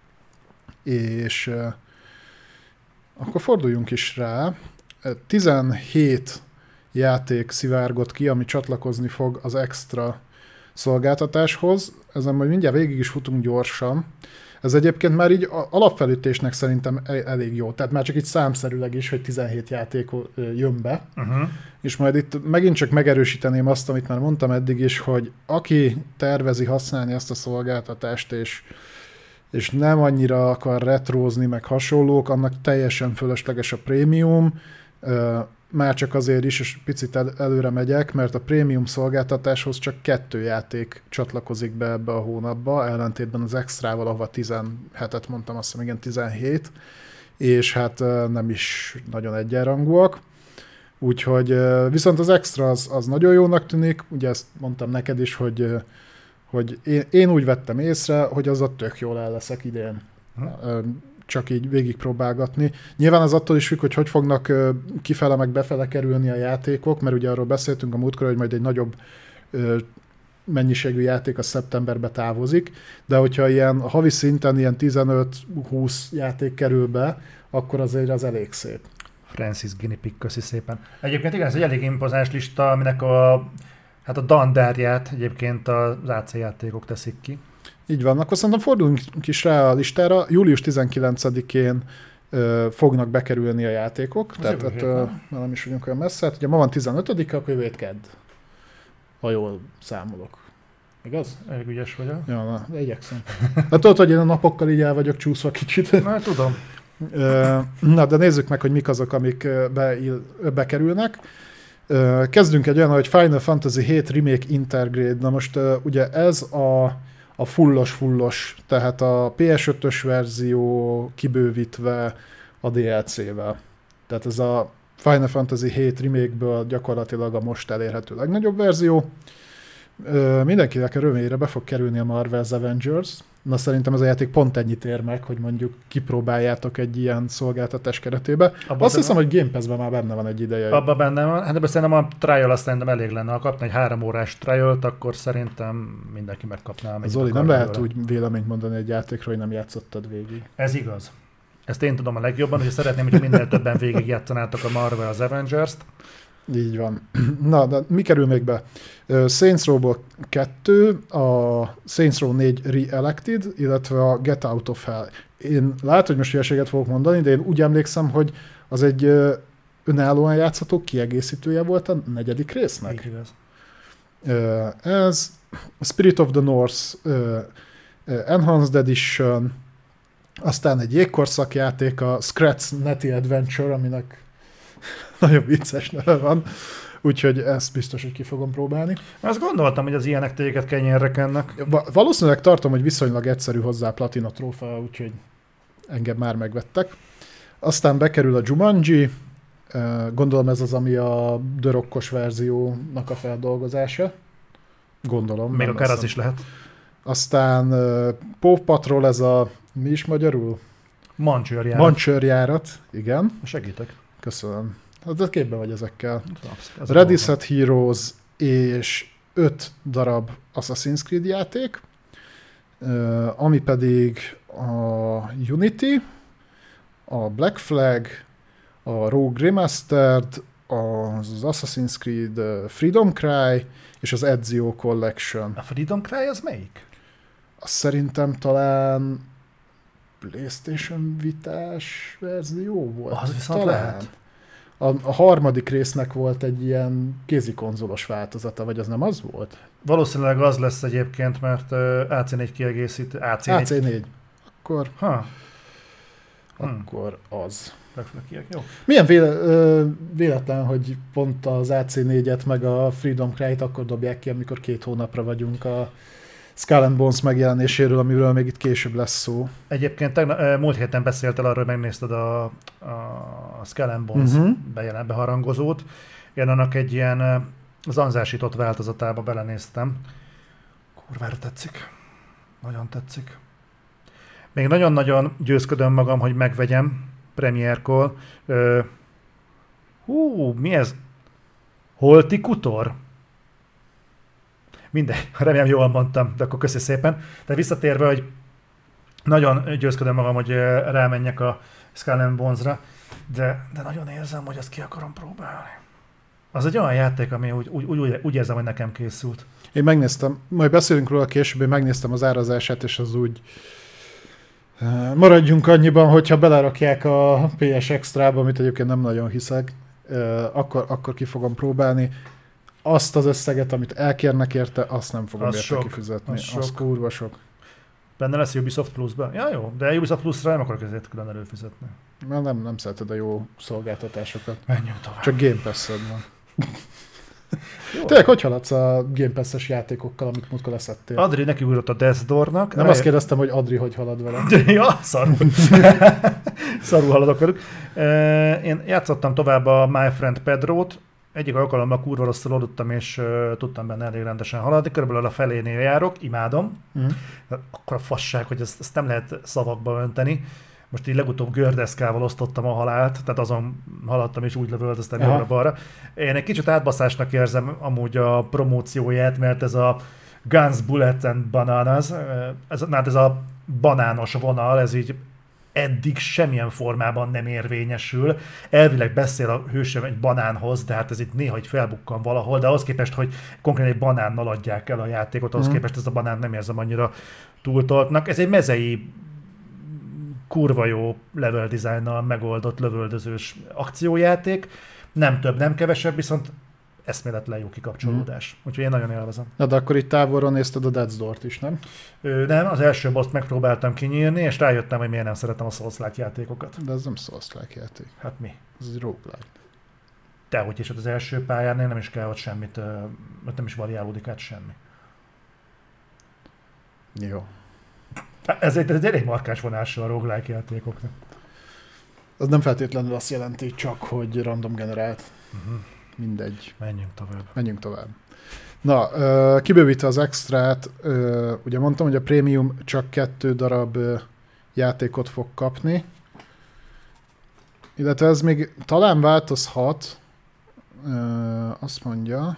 És akkor forduljunk is rá. 17 játék szivárgott ki, ami csatlakozni fog az Extra szolgáltatáshoz. Ezen majd mindjárt végig is futunk gyorsan. Ez egyébként már így alapfelütésnek szerintem elég jó. Tehát már csak így számszerűleg is, hogy 17 játék jön be. És majd itt megint csak megerősíteném azt, amit már mondtam eddig is, hogy aki tervezi használni ezt a szolgáltatást, és nem annyira akar retrózni, meg hasonlók, annak teljesen fölösleges a prémium. Már csak azért is, és picit előre megyek, mert a prémium szolgáltatáshoz csak 2 játék csatlakozik be ebbe a hónapba, ellentétben az extrával, ahova 17-et mondtam, azt hiszem, igen, 17, és hát nem is nagyon egyenrangúak. Úgyhogy viszont az extra az nagyon jónak tűnik, ugye ezt mondtam neked is, hogy én úgy vettem észre, hogy az a tök jól el leszek idén. Csak így végigpróbálgatni. Nyilván az attól is függ, hogy fognak kifele meg befele kerülni a játékok, mert ugye arról beszéltünk a múltkor, hogy majd egy nagyobb mennyiségű játék a szeptemberbe távozik, de hogyha ilyen havi szinten ilyen 15-20 játék kerül be, akkor azért az elég szép. Francis Guinea Pig, köszi szépen. Egyébként igen, ez egy elég impozáns lista, aminek a dandárját egyébként az AC játékok teszik ki. Így van, akkor szerintem forduljunk is rá a listára. Július 19-én fognak bekerülni a játékok, tehát nem is vagyunk olyan messze. Hát ugye ma van 15-e, akkor jövő hét kedd, ha jól számolok. Igaz? Elég ügyes vagyok. Ja, na, igyekszem. De tudod, hogy én a napokkal így el vagyok csúszva kicsit. Na, tudom. Na, de nézzük meg, hogy mik azok, amik bekerülnek. Kezdünk egy olyan, hogy Final Fantasy 7 Remake Intergrade. Na most ugye ez a fullos, tehát a PS5-ös verzió kibővítve a DLC-vel. Tehát ez a Final Fantasy 7 Remake-ből gyakorlatilag a most elérhető legnagyobb verzió. Mindenkinek örömére be fog kerülni a Marvel's Avengers. Na szerintem ez a játék pont ennyit ér meg, hogy mondjuk kipróbáljátok egy ilyen szolgáltatás keretébe. Azt hiszem, hogy Game Pass-ben már benne van egy ideje. Abban benne van, hát de szerintem a trial azt szerintem elég lenne. Ha kapna egy 3 órás trialt, akkor szerintem mindenki megkapná. Zoli, nem lehet úgy véleményt mondani egy játékról, hogy nem játszottad végig. Ez igaz. Ezt én tudom a legjobban, hogy szeretném, hogy minél többen végigjátszanátok a Marvel's Avengers-t. Így van. Na, de mi kerül még be? Saints Row-ból 2, a Saints Row 4 Re-Elected, illetve a Get Out of Hell. Én lehet, hogy most hülyeséget fogok mondani, de én úgy emlékszem, hogy az egy önállóan játszható kiegészítője volt a 4. résznek. Így igaz. Ez Spirit of the North, Enhanced Edition, aztán egy jégkorszak játék, a Scratch Netty Adventure, aminek nagyon vicces neve van, úgyhogy ezt biztos, hogy ki fogom próbálni. Azt gondoltam, hogy az ilyenek téged kenyérre kennek. Valószínűleg tartom, hogy viszonylag egyszerű hozzá a platina trófea, úgyhogy engem már megvettek. Aztán bekerül a Jumanji, gondolom ez az, ami a The Rock-os verziónak a feldolgozása. Gondolom. Még akár az is lehet. Aztán Paw Patrol, ez a, mi is magyarul? Mancsőrjárat, igen. Segítek. Köszönöm. Hát képben vagy ezekkel. Ready Set Heroes és 5 darab Assassin's Creed játék, ami pedig a Unity, a Black Flag, a Rogue Remastered, az Assassin's Creed Freedom Cry és az Ezio Collection. A Freedom Cry az melyik? Azt szerintem talán PlayStation Vitás verzió volt. Az viszont talán lehet. A harmadik résznek volt egy ilyen kézikonzolos változata, vagy az nem az volt? Valószínűleg az lesz egyébként, mert AC4 kiegészít. AC4. Akkor... Akkor az. Jó. Milyen véletlen, hogy pont az AC4-et meg a Freedom Cry-t akkor dobják ki, amikor 2 hónapra vagyunk a Skull and Bones megjelenéséről, amiről még itt később lesz szó. Egyébként múlt héten beszéltél arról, hogy megnézted a Skull and Bones beharangozót. Én annak egy ilyen zanzásított változatába belenéztem. Kurvára tetszik. Nagyon tetszik. Még nagyon-nagyon győzködöm magam, hogy megvegyem premierkor. Mi ez? Holtikutor? Mindegy, remélem jól mondtam, de akkor köszi szépen. De visszatérve, hogy nagyon győzködöm magam, hogy rámenjek a Skull and Bones-ra, de nagyon érzem, hogy ezt ki akarom próbálni. Az egy olyan játék, ami úgy érzem, hogy nekem készült. Én megnéztem, majd beszélünk róla később, én megnéztem az árazását, és az úgy maradjunk annyiban, hogyha belerakják a PS Extra-ba, amit egyébként nem nagyon hiszek, akkor ki fogom próbálni. Azt az összeget, amit elkérnek érte, azt nem fogom érte kifizetni. Az kurva sok. Benne lesz Ubisoft Plus-ban? Ja, jó, de Ubisoft Plus-ra nem akarok ezért külön előfizetni. Mert nem szereted a jó szolgáltatásokat. Menjünk tovább. Csak Game Pass-ed van. Tényleg, hogy haladsz a Game Pass-es játékokkal, amit múltkor leszettél? Adri nekiugrott a Death Door-nak. Nem azt kérdeztem, hogy Adri hogy halad vele. Ja, szarul. Szarul haladok velük. Én játszottam tovább a My Friend Pedro-t. Egyik alkalommal kurva rosszul oldottam, és tudtam benne elég rendesen haladni. Körülbelül a felénél járok, imádom. Akkor a fasság, hogy ezt nem lehet szavakba önteni. Most így legutóbb gördeszkával osztottam a halált, tehát azon haladtam és úgy lövöldöztem jobbra-balra. Én egy kicsit átbaszásnak érzem amúgy a promócióját, mert ez a Guns, Bullets and Bananas, ez a banános vonal, ez így eddig semmilyen formában nem érvényesül. Elvileg beszél a hősöm egy banánhoz, de hát ez itt néha így felbukkan valahol, de ahhoz képest, hogy konkrétan egy banánnal adják el a játékot, ahhoz képest ez a banán nem érzem annyira túltoltnak. Ez egy mezei kurva jó level designnal megoldott lövöldözős akciójáték. Nem több, nem kevesebb, viszont eszméletlen jó kikapcsolódás. Úgyhogy én nagyon élvezem. Na, de akkor itt távolról nézted a Death's Door-t is, nem? Nem, az első boss-t megpróbáltam kinyírni, és rájöttem, hogy miért nem szeretem a Souls-like játékokat. De ez nem Souls-like játék. Hát mi? Ez egy roguelike. Dehogy is, az első pályán nem is kell ott semmit, nem is variálódik át semmi. Jó. Ez egy elég markáns vonása a roguelike játékoknak. Az nem feltétlenül azt jelenti csak, hogy random generált. Mindegy. Menjünk tovább. Na, kibővítve az extrát, ugye mondtam, hogy a Premium csak 2 darab játékot fog kapni, illetve ez még talán változhat, azt mondja,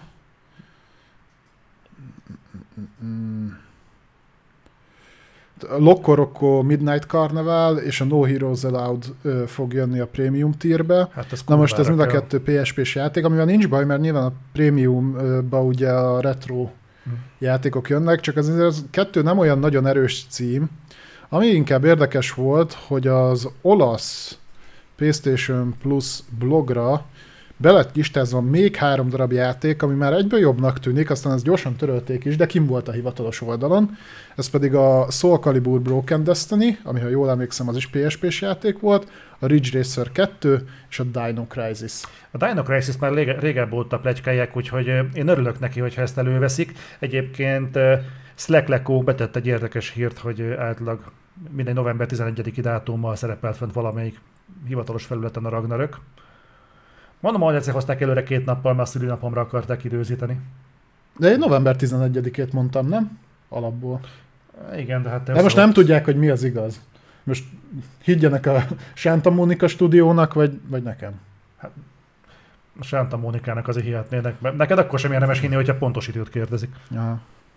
a Loco Roco Midnight Carnival és a No Heroes Allowed fog jönni a Premium tierbe. Hát na most ez mind a 2 PSP-s játék, amivel nincs baj, mert nyilván a Premium-ba ugye a retro játékok jönnek, csak az 2 nem olyan nagyon erős cím. Ami inkább érdekes volt, hogy az olasz PlayStation Plus blogra be lett listázva még 3 darab játék, ami már egyből jobbnak tűnik, aztán ezt gyorsan törölték is, de kim volt a hivatalos oldalon. Ez pedig a Soul Calibur Broken Destiny, ami, ha jól emlékszem, az is PSP-s játék volt, a Ridge Racer 2 és a Dino Crisis. A Dino Crisis már régebb óta pletykálják, úgyhogy én örülök neki, hogyha ezt előveszik. Egyébként Slack-Lekó betett egy érdekes hírt, hogy átlag minden november 11-i dátummal szerepel fönt valamelyik hivatalos felületen a Ragnarök. Mondom, hogy egyszer hozták előre 2 nappal, mert a szülinapomra akarták időzíteni. De én november 11-ét mondtam, nem? Alapból. Igen, de hát... De most nem tudják, hogy mi az igaz. Most higgyenek a Santa Monica stúdiónak, vagy nekem? Hát, a Santa Monikának azért hihetnének, mert neked akkor sem érdemes hinni, hogyha pontos időt kérdezik. Ja.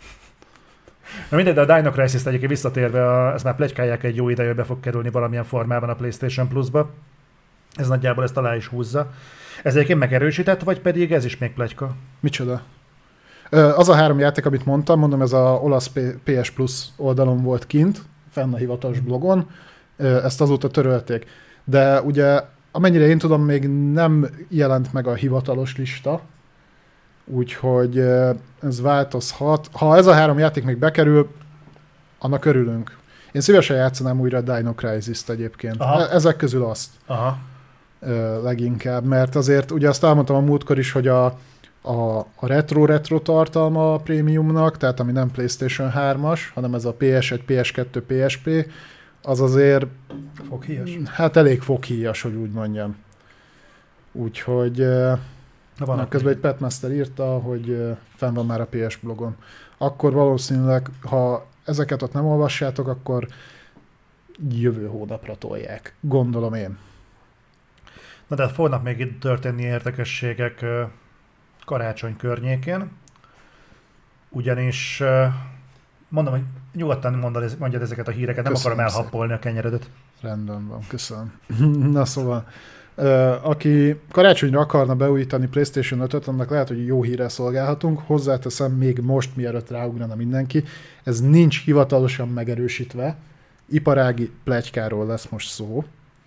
Na mindegy, de a Dino Crisis-t egyébként visszatérve, ezt már pletykálják egy jó ideje, be fog kerülni valamilyen formában a PlayStation Plus-ba. Ez nagyjából ezt alá is húzza. Ez egyébként megerősített, vagy pedig ez is még pletyka? Micsoda? Az a 3 játék, amit mondtam, ez a olasz PS Plus oldalon volt kint, fenn a hivatalos blogon, ezt azóta törölték. De ugye, amennyire én tudom, még nem jelent meg a hivatalos lista, úgyhogy ez változhat. Ha ez a 3 játék még bekerül, annak örülünk. Én szívesen játszanám újra a Dino Crisis-t egyébként. Aha. Ezek közül azt. Aha. Leginkább, mert azért ugye azt elmondtam a múltkor is, hogy a retro tartalma a prémiumnak, tehát ami nem PlayStation 3-as, hanem ez a PS1, PS2, PSP, az azért foghíjas? Hát elég foghíjas, hogy úgy mondjam. Úgyhogy közben egy Petmaster írta, hogy fenn van már a PS blogon. Akkor valószínűleg, ha ezeket ott nem olvassátok, akkor jövő hónapra tolják. Gondolom én. Na de fognak még itt történni érdekességek karácsony környékén. Ugyanis mondom, hogy nyugodtan mondjad ezeket a híreket, nem köszönöm akarom elhappolni a kenyeredet. Rendben van, köszönöm. Na szóval, aki karácsonyra akarna beújítani PlayStation 5-öt, annak lehet, hogy jó hírrel szolgálhatunk. Hozzáteszem még most, mielőtt ráugrana mindenki, ez nincs hivatalosan megerősítve. Iparági pletykáról lesz most szó.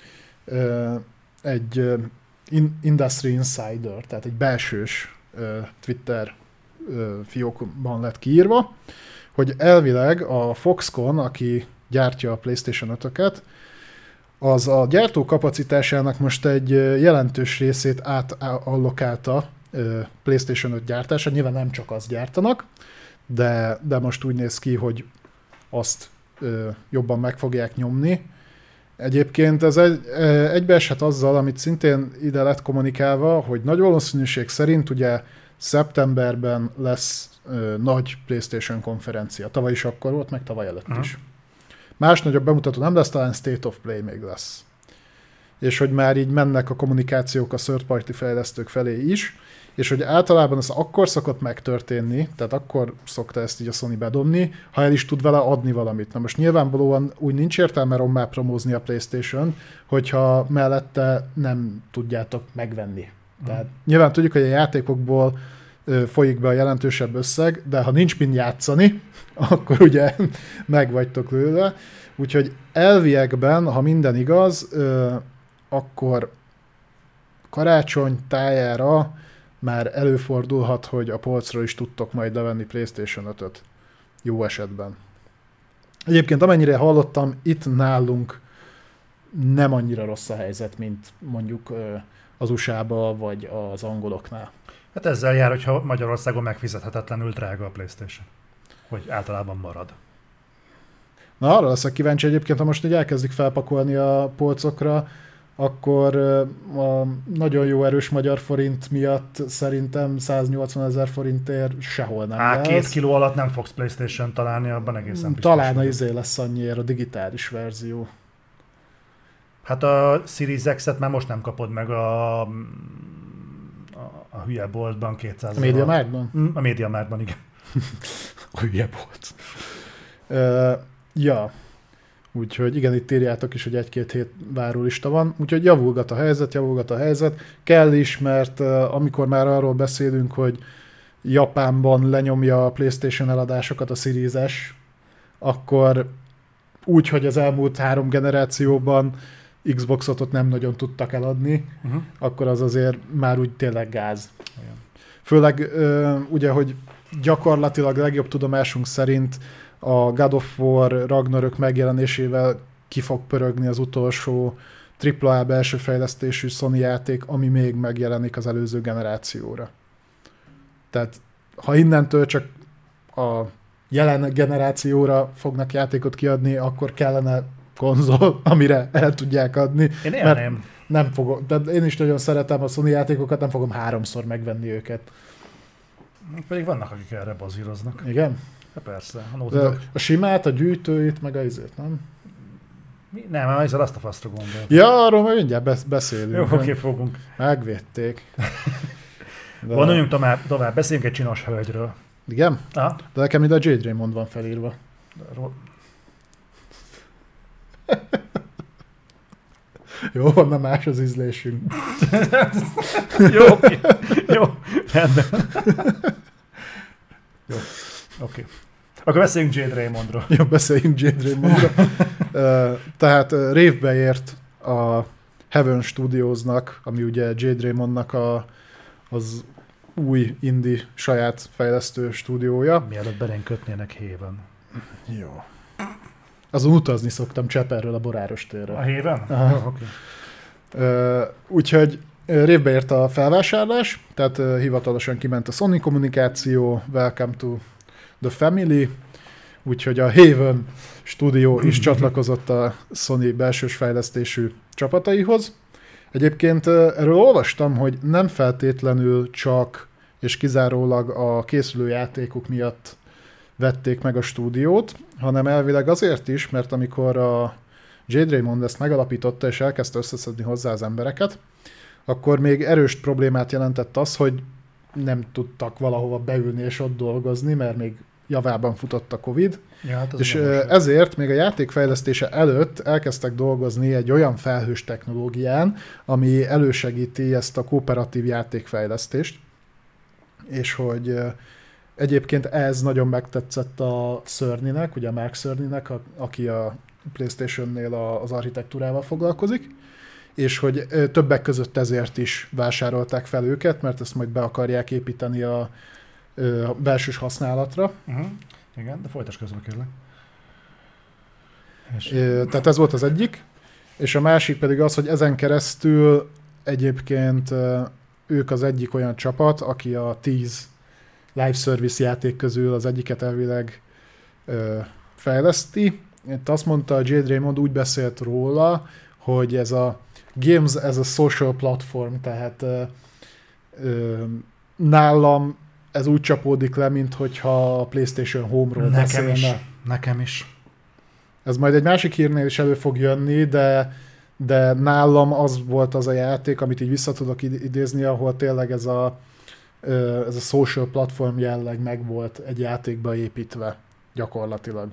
Egy Industry Insider, tehát egy belsős Twitter fiókban lett kiírva, hogy elvileg a Foxconn, aki gyártja a PlayStation 5-öket, az a gyártó kapacitásának most egy jelentős részét átallokálta PlayStation 5 gyártása. Nyilván nem csak azt gyártanak, de most úgy néz ki, hogy azt jobban meg fogják nyomni. Egyébként ez egybeeshet azzal, amit szintén ide lett kommunikálva, hogy nagy valószínűség szerint ugye szeptemberben lesz nagy PlayStation konferencia. Tavaly is akkor volt, meg tavaly előtt is. Más nagyobb bemutató nem lesz, talán State of Play még lesz. És hogy már így mennek a kommunikációk a third party fejlesztők felé is, és hogy általában ez akkor szokott megtörténni, tehát akkor szokta ezt így a Sony bedobni, ha el is tud vele adni valamit. Na most nyilvánvalóan úgy nincs értelme rommá promózni a PlayStation, hogyha mellette nem tudjátok megvenni. Tehát nyilván tudjuk, hogy a játékokból folyik be a jelentősebb összeg, de ha nincs mind játszani, akkor ugye megvagytok lőle. Úgyhogy elviekben, ha minden igaz, akkor karácsony tájára már előfordulhat, hogy a polcról is tudtok majd levenni PlayStation 5-öt. Jó esetben. Egyébként amennyire hallottam, itt nálunk nem annyira rossz a helyzet, mint mondjuk az USA-ba vagy az angoloknál. Hát ezzel jár, hogyha Magyarországon megfizethetetlenül drága a PlayStation. Hogy általában marad. Na, arra leszek kíváncsi egyébként, ha most így elkezdik felpakolni a polcokra, akkor a nagyon jó erős magyar forint miatt szerintem 180 000 forintért sehol nem lesz. 2 kiló alatt nem fogsz PlayStation találni, abban egészen biztos. Talán a lesz annyiért, a digitális verzió. Hát a Series X-et már most nem kapod meg a hülye boltban 200 A MediaMarktban? A MediaMarktban, igen. A hülye bolt. Ja. Úgyhogy igen, itt írjátok is, hogy 1-2 hét várólista van. Úgyhogy javulgat a helyzet. Kell is, mert amikor már arról beszélünk, hogy Japánban lenyomja a PlayStation eladásokat a Series S, akkor úgy, hogy az elmúlt 3 generációban Xboxot ott nem nagyon tudtak eladni, akkor az azért már úgy tényleg gáz. Igen. Főleg ugye, hogy gyakorlatilag legjobb tudomásunk szerint a God of War Ragnarök megjelenésével ki fog pörögni az utolsó AAA belső fejlesztésű Sony játék, ami még megjelenik az előző generációra. Tehát ha innentől csak a jelen generációra fognak játékot kiadni, akkor kellene konzol, amire el tudják adni. Én élném. Nem fogom, de én is nagyon szeretem a Sony játékokat, nem fogom 3-szor megvenni őket. Pedig vannak, akik erre bazíroznak. Igen? Hát persze. A simát, a gyűjtőit, meg a izét, nem? Nem, ezzel azt a fasztra gondol. Ja, arról majd mindjárt beszélünk. Jó, oké, fogunk. Megvédték. Vonuljunk tovább, beszéljünk egy csinos hölgyről. Igen? Aha. De nekem ide a Jade Raymond van felírva. Jó, van, nem más az ízlésünk. Jó, rendben. Jó, oké. Akkor beszéljünk Jade Raymondról. Jó, beszéljünk Jade Raymondról. Tehát révbe ért a Heaven Studiosnak, ami ugye Jade Raymondnak az új indie saját fejlesztő stúdiója. Mielőtt belénk kötnének Haven. Jó. Azon utazni szoktam Cseperről a Boráros térre. A Haven? Jó, oké. Úgyhogy révbe ért a felvásárlás, tehát hivatalosan kiment a Sony kommunikáció, welcome to the family, úgyhogy a Haven stúdió is csatlakozott a Sony belsős fejlesztésű csapataihoz. Egyébként erről olvastam, hogy nem feltétlenül csak és kizárólag a készülő játékok miatt vették meg a stúdiót, hanem elvileg azért is, mert amikor a Jade Raymond ezt megalapította és elkezdte összeszedni hozzá az embereket, akkor még erős problémát jelentett az, hogy nem tudtak valahova beülni és ott dolgozni, mert még javában futott a Covid, ja, hát és ezért még a játék fejlesztése előtt elkezdtek dolgozni egy olyan felhős technológián, ami elősegíti ezt a kooperatív játékfejlesztést, és hogy egyébként ez nagyon megtetszett a Cernynek, ugye a Mark Cernynek, aki a PlayStation-nél az architektúrával foglalkozik, és hogy többek között ezért is vásárolták fel őket, mert ezt majd be akarják építeni a belsős használatra. Igen, de folytasd közben kérlek. Tehát ez volt az egyik, és a másik pedig az, hogy ezen keresztül egyébként ők az egyik olyan csapat, aki a 10 live service játék közül az egyiket elvileg fejleszti. Itt azt mondta a Jade Raymond, úgy beszélt róla, hogy ez a Games as a social platform, tehát nálam ez úgy csapódik le, mint hogyha a PlayStation Home-ról beszélne. Nekem is. Ez majd egy másik hírnél is elő fog jönni, de nálam az volt az a játék, amit így vissza tudok idézni, ahol tényleg ez a social platform jelleg meg volt egy játékba építve gyakorlatilag.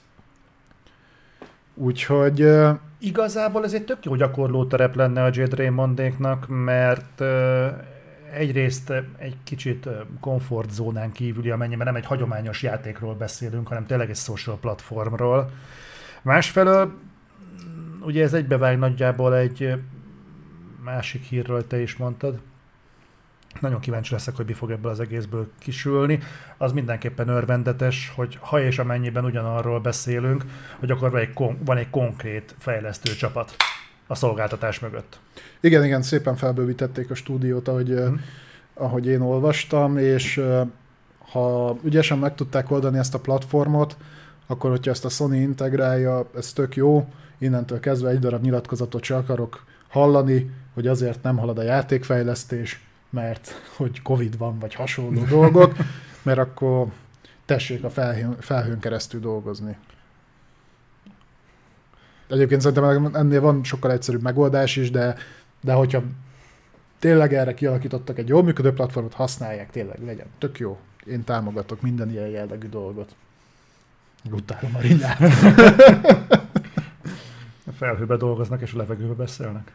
Úgyhogy... Igazából ez egy tök jó gyakorlóterep lenne a Jade Raymondéknak, mert egyrészt egy kicsit komfortzónán kívüli, amennyiben nem egy hagyományos játékról beszélünk, hanem tényleg egy social platformról. Másfelől, ugye ez egybevág nagyjából egy másik hírről, te is mondtad. Nagyon kíváncsi leszek, hogy mi fog ebből az egészből kisülni. Az mindenképpen örvendetes, hogy ha és amennyiben ugyanarról beszélünk, hogy akkor van egy konkrét fejlesztő csapat a szolgáltatás mögött. Igen, szépen felbővítették a stúdiót, ahogy én olvastam, és ha ügyesen meg tudták oldani ezt a platformot, akkor hogyha ezt a Sony integrálja, ez tök jó, innentől kezdve egy darab nyilatkozatot csak akarok hallani, hogy azért nem halad a játékfejlesztés, mert hogy Covid van, vagy hasonló dolgok, mert akkor tessék a felhőn keresztül dolgozni. Egyébként szerintem ennél van sokkal egyszerűbb megoldás is, de hogyha tényleg erre kialakítottak egy jól működő platformot, használják, tényleg legyen. Tök jó. Én támogatok minden ilyen jellegű dolgot. Utálom a Rinát. A felhőbe dolgoznak és a levegőbe beszélnek.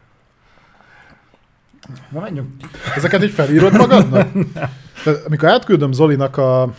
Na menjünk. Ezeket így felírod magadnak? Amikor átküldöm Zolinak a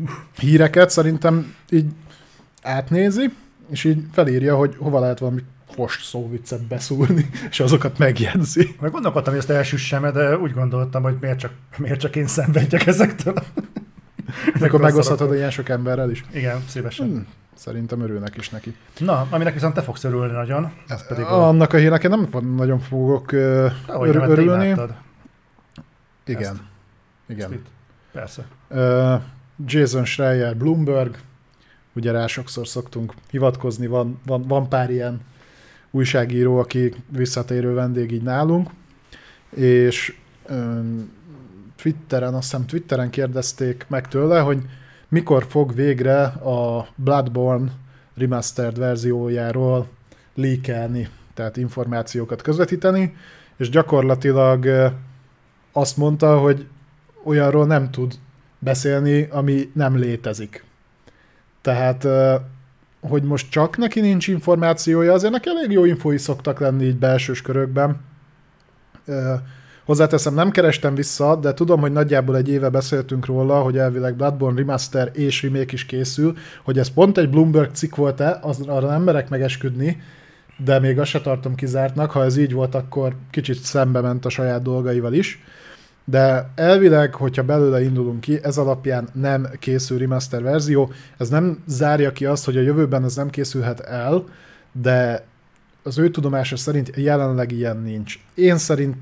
híreket, szerintem így átnézi, és így felírja, hogy hova lehet valami post szóviccet beszúrni, és azokat megjegyzi. Meg gondolkodtam, hogy ezt elsüssem, de úgy gondoltam, hogy miért csak én szenvedjek ezektől. Akkor megoszthatod ilyen sok emberrel is? Igen, szívesen. Szerintem örülnek is neki. Na, aminek viszont te fogsz örülni nagyon. Ez pedig annak a hírnek én nem nagyon fogok örülni. Igen. Igen. Persze. Jason Schreier, Bloomberg, ugye rá sokszor szoktunk hivatkozni, van pár ilyen újságíró, aki visszatérő vendég így nálunk, és Twitteren kérdezték meg tőle, hogy mikor fog végre a Bloodborne remastered verziójáról leakelni, tehát információkat közvetíteni, és gyakorlatilag azt mondta, hogy olyanról nem tud beszélni, ami nem létezik. Tehát, hogy most csak neki nincs információja, azért neki elég jó infói szoktak lenni így belsős körökben. Hozzáteszem, nem kerestem vissza, de tudom, hogy nagyjából egy éve beszéltünk róla, hogy elvileg Bloodborne Remaster és remake is készül, hogy ez pont egy Bloomberg cikk volt-e, arra nem merek megesküdni, de még azt se tartom kizártnak, ha ez így volt, akkor kicsit szembe ment a saját dolgaival is. De elvileg, hogyha belőle indulunk ki, ez alapján nem készül remaster verzió. Ez nem zárja ki azt, hogy a jövőben ez nem készülhet el, de az ő tudomása szerint jelenleg ilyen nincs. Én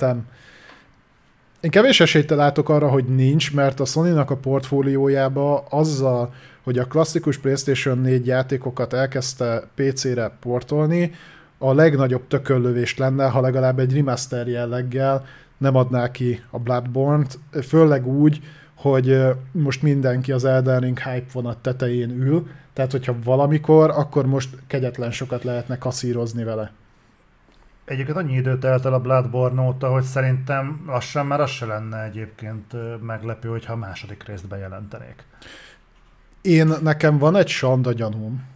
kevés esélyt látok arra, hogy nincs, mert a Sony-nak a portfóliójába azzal, hogy a klasszikus PlayStation 4 játékokat elkezdte PC-re portolni, a legnagyobb tököllövés lenne, ha legalább egy remaster jelleggel nem adná ki a Bloodborne-t, főleg úgy, hogy most mindenki az Elden Ring hype vonat tetején ül, tehát hogyha valamikor, akkor most kegyetlen sokat lehetne kasszírozni vele. Egyébként annyi időt telt el a Bloodborne óta, hogy szerintem lassan már az se lenne egyébként meglepő, hogyha a második részt bejelentenék. Nekem van egy sanda gyanúm,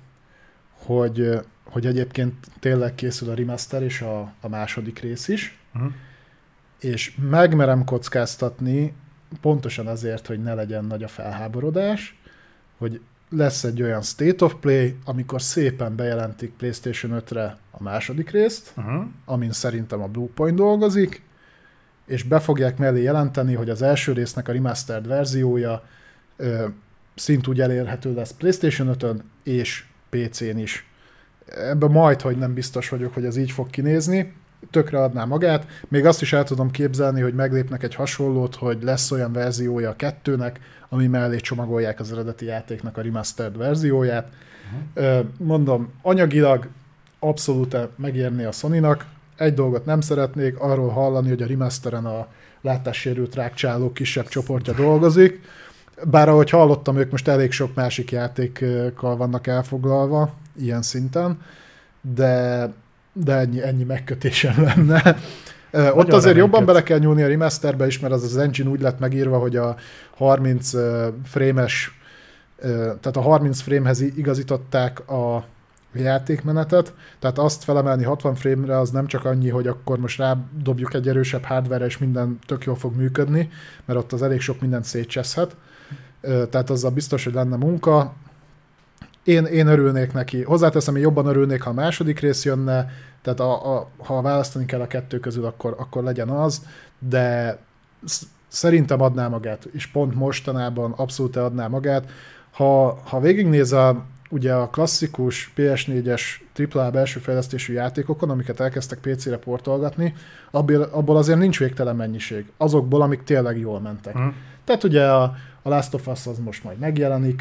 hogy egyébként tényleg készül a remaster és a második rész is, és megmerem kockáztatni, pontosan azért, hogy ne legyen nagy a felháborodás, hogy lesz egy olyan State of Play, amikor szépen bejelentik PlayStation 5-re a második részt, amin szerintem a Bluepoint dolgozik, és be fogják mellé jelenteni, hogy az első résznek a remastered verziója szintúgy elérhető lesz PlayStation 5-ön és PC-n is. Ebben majdhogy nem biztos vagyok, hogy ez így fog kinézni, tökre adná magát. Még azt is el tudom képzelni, hogy meglépnek egy hasonlót, hogy lesz olyan verziója a 2-nek, ami mellé csomagolják az eredeti játéknak a remastered verzióját. Mondom, anyagilag abszolút megérné a Sony-nak. Egy dolgot nem szeretnék, arról hallani, hogy a remasteren a látássérült rákcsálók kisebb csoportja dolgozik. Bár ahogy hallottam, ők most elég sok másik játékkal vannak elfoglalva, ilyen szinten, de ennyi megkötésem lenne. Ott azért jobban bele kell nyúlni a remasterbe is, mert az engine úgy lett megírva, hogy a 30 frame-es, tehát a 30 frame-hez igazították a játékmenetet, tehát azt felemelni 60 frame-re az nem csak annyi, hogy akkor most rádobjuk egy erősebb hardware-re, és minden tök jól fog működni, mert ott az elég sok mindent szétcseszhet. Tehát azzal biztos, hogy lenne munka. Én örülnék neki. Hozzáteszem, én jobban örülnék, ha a második rész jönne, tehát ha választani kell a kettő közül, akkor legyen az, de szerintem adná magát, és pont mostanában abszolút adná magát. Ha végignézel ugye a klasszikus PS4-es AAA belső fejlesztésű játékokon, amiket elkezdtek PC-re portolgatni, abból azért nincs végtelen mennyiség. Azokból, amik tényleg jól mentek. Tehát ugye a Last of Us az most majd megjelenik,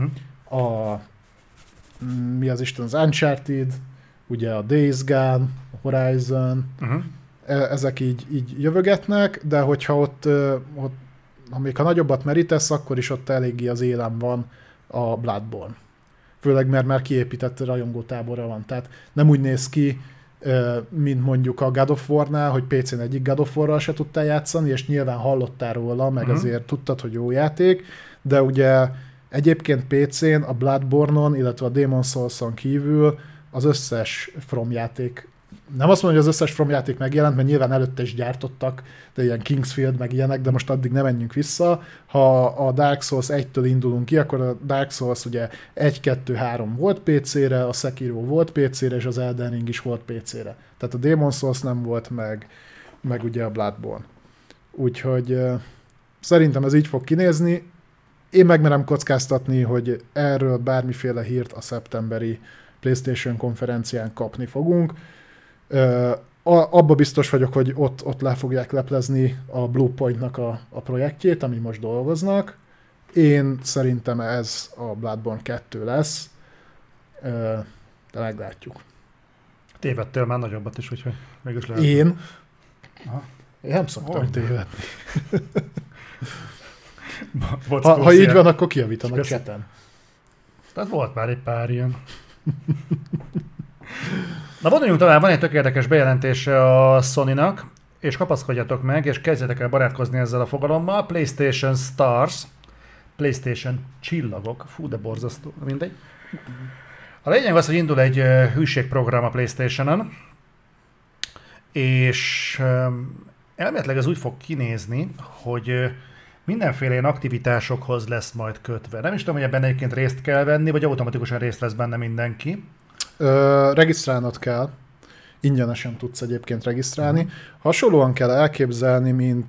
mi az Isten, az Uncharted, ugye a Days Gone, a Horizon, ezek így jövögetnek, de hogyha ott ha nagyobbat merítesz, akkor is ott eléggé az élem van a Bloodborne. Főleg, mert már kiépített rajongótáborra van. Tehát nem úgy néz ki, mint mondjuk a God of War-nál, hogy PC-n egyik God of War-ral se tudtál játszani, és nyilván hallottál róla, meg azért tudtad, hogy jó játék, de ugye egyébként PC-n, a Bloodborne-on, illetve a Demon's Souls-on kívül az összes From játék nem azt mondom, hogy az összes From játék megjelent, mert nyilván előtte is gyártottak, de ilyen Kingsfield meg ilyenek, de most addig ne menjünk vissza. Ha a Dark Souls 1-től indulunk ki, akkor a Dark Souls ugye 1, 2, 3 volt PC-re, a Sekiro volt PC-re, és az Elden Ring is volt PC-re. Tehát a Demon Souls nem volt, meg ugye a Bloodborne. Úgyhogy szerintem ez így fog kinézni. Én megmerem kockáztatni, hogy erről bármiféle hírt a szeptemberi PlayStation konferencián kapni fogunk. Abba biztos vagyok, hogy ott le fogják leplezni a Bluepointnak a projektjét, ami most dolgoznak. Én szerintem ez a Bloodborne 2 lesz, de meglátjuk. Tévedtél már nagyobbat is, úgyhogy mégis lehet. Én nem szoktam tévedni. Ha így van, akkor kijavítanak chaten. Tehát volt már egy pár ilyen. Na vonuljunk tovább, van egy tök érdekes bejelentése a Sony-nak, és kapaszkodjatok meg, és kezdjetek el barátkozni ezzel a fogalommal. PlayStation Stars, PlayStation csillagok, fú de borzasztó, mindegy. A lényeg az, hogy indul egy hűségprogram a PlayStation-on, és elméletileg ez úgy fog kinézni, hogy mindenféle ilyen aktivitásokhoz lesz majd kötve. Nem is tudom, hogy ebben egyébként részt kell venni, vagy automatikusan részt vesz benne mindenki. Regisztrálnod kell. Ingyenesen tudsz egyébként regisztrálni. Hasonlóan kell elképzelni, mint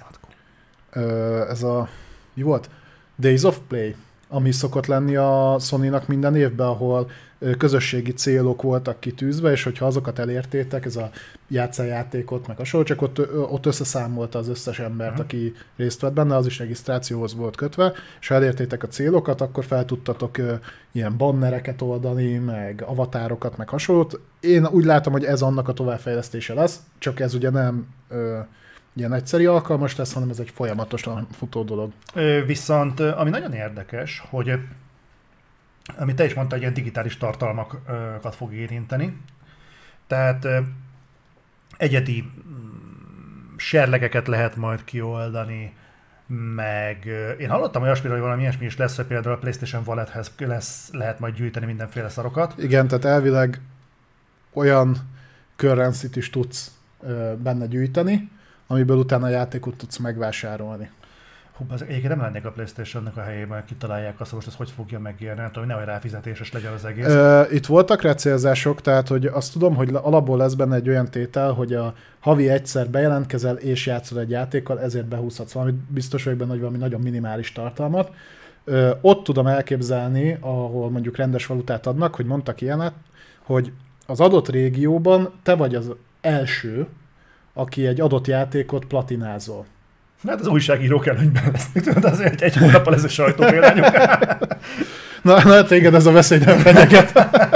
ez a... Mi volt? Days of Play, ami szokott lenni a Sony-nak minden évben, ahol közösségi célok voltak kitűzve, és hogyha azokat elértétek, ez a játszájátékot, meg hasonló, csak ott összeszámolta az összes embert, aki részt vett benne, az is regisztrációhoz volt kötve, és ha elértétek a célokat, akkor fel tudtatok ilyen bannereket oldani, meg avatárokat, meg hasonlót. Én úgy látom, hogy ez annak a továbbfejlesztése lesz, csak ez ugye nem ilyen egyszeri alkalmas lesz, hanem ez egy folyamatosan futó dolog. Viszont ami nagyon érdekes, hogy amit te is mondtad, hogy ilyen digitális tartalmakat fog érinteni. Tehát egyedi serlegeket lehet majd kioldani, meg én hallottam olyasmiről, hogy valami ilyesmi is lesz, hogy például a PlayStation Wallethez lehet majd gyűjteni mindenféle szarokat. Igen, tehát elvileg olyan currency-t is tudsz benne gyűjteni, amiből utána a játékot tudsz megvásárolni. Hú, egyébként nem lennék a PlayStation-nak a helyében, kitalálják azt, hogy most ez hogy fogja megérni, nem tudom, hogy nehogy ráfizetéses legyen az egész. Itt voltak recélzások, tehát hogy azt tudom, hogy alapból lesz benne egy olyan tétel, hogy a havi egyszer bejelentkezel és játszol egy játékkal, ezért behúzhatsz valami, biztos vagyok benne, hogy valami nagyon minimális tartalmat. Ott tudom elképzelni, ahol mondjuk rendes valutát adnak, hogy mondtak ilyenet, hogy az adott régióban te vagy az első, aki egy adott játékot platinázol. Hát az újságírók előnyben lesznek, tudod, azért egy hónappal ez a sajtópéldányok. Na, téged ez a veszély nem fenyeget.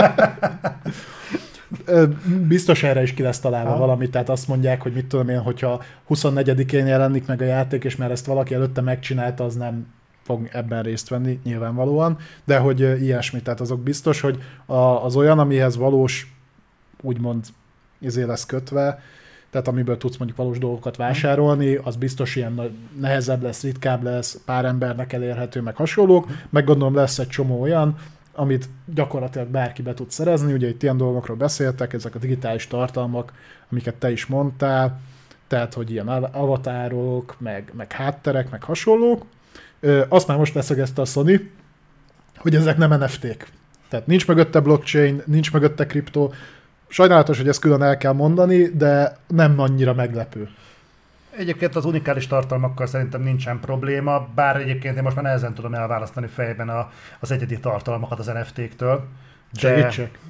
Biztos erre is ki lesz találva valami, tehát azt mondják, hogy mit tudom én, hogyha 24-én jelenik meg a játék, és már ezt valaki előtte megcsinálta, az nem fog ebben részt venni, nyilvánvalóan, de hogy ilyesmi, tehát azok biztos, hogy az olyan, amihez valós, úgymond lesz kötve, tehát amiből tudsz mondjuk valós dolgokat vásárolni, az biztos ilyen nehezebb lesz, ritkább lesz, pár embernek elérhető, meg hasonlók, meg gondolom lesz egy csomó olyan, amit gyakorlatilag bárki be tud szerezni, ugye itt ilyen dolgokról beszéltek, ezek a digitális tartalmak, amiket te is mondtál, tehát hogy ilyen avatárok, meg hátterek, meg hasonlók. Azt már most leszögezte a Sony, hogy ezek nem NFT-k. Tehát nincs mögötte blockchain, nincs mögötte kriptó. Sajnálatos, hogy ezt külön el kell mondani, de nem annyira meglepő. Egyébként az unikális tartalmakkal szerintem nincsen probléma, bár egyébként én most már nehezen tudom elválasztani fejben az egyedi tartalmakat az NFT-któl. Segítsek?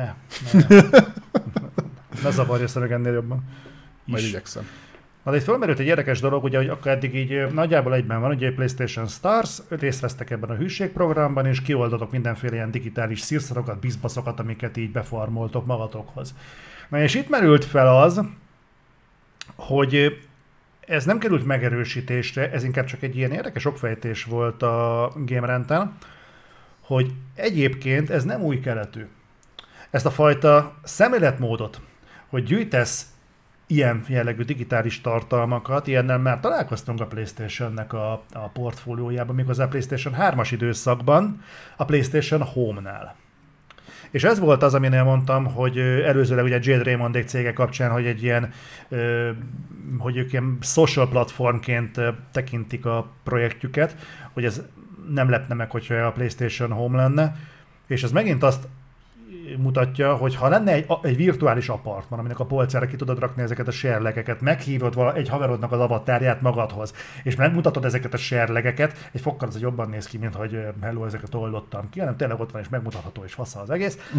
Ne zavarja szöveg ennél jobban. Majd igyekszem. Na, de itt fölmerült egy érdekes dolog, ugye, hogy akkor eddig így nagyjából egyben van, ugye a PlayStation Stars, részt vesztek ebben a hűségprogramban, és kioldatok mindenféle ilyen digitális szírszarokat, bizbaszokat, amiket így beformoltok magatokhoz. Na és itt merült fel az, hogy ez nem került megerősítésre, ez inkább csak egy ilyen érdekes okfejtés volt a GameRant-en, hogy egyébként ez nem új keletű. Ezt a fajta szemléletmódot, hogy gyűjtesz ilyen jellegű digitális tartalmakat, ilyennel már találkoztunk a PlayStation-nek a portfóliójában, méghozzá a PlayStation 3-as időszakban, a PlayStation Home-nál. És ez volt az, aminél mondtam, hogy előzőleg ugye Jade Raymondék cége kapcsán, hogy egy ilyen, hogy ők ilyen social platformként tekintik a projektjüket, hogy ez nem lepne meg, hogyha a PlayStation Home lenne, és ez megint azt mutatja, hogy ha lenne egy virtuális apartman, aminek a polcára ki tudod rakni ezeket a serlegeket, meghívod egy haverodnak az avatárját magadhoz, és megmutatod ezeket a serlegeket, egy fokkal az jobban néz ki, mint hogy hello, ezeket oldottam ki, hanem tényleg ott van és megmutatható és fasza az egész.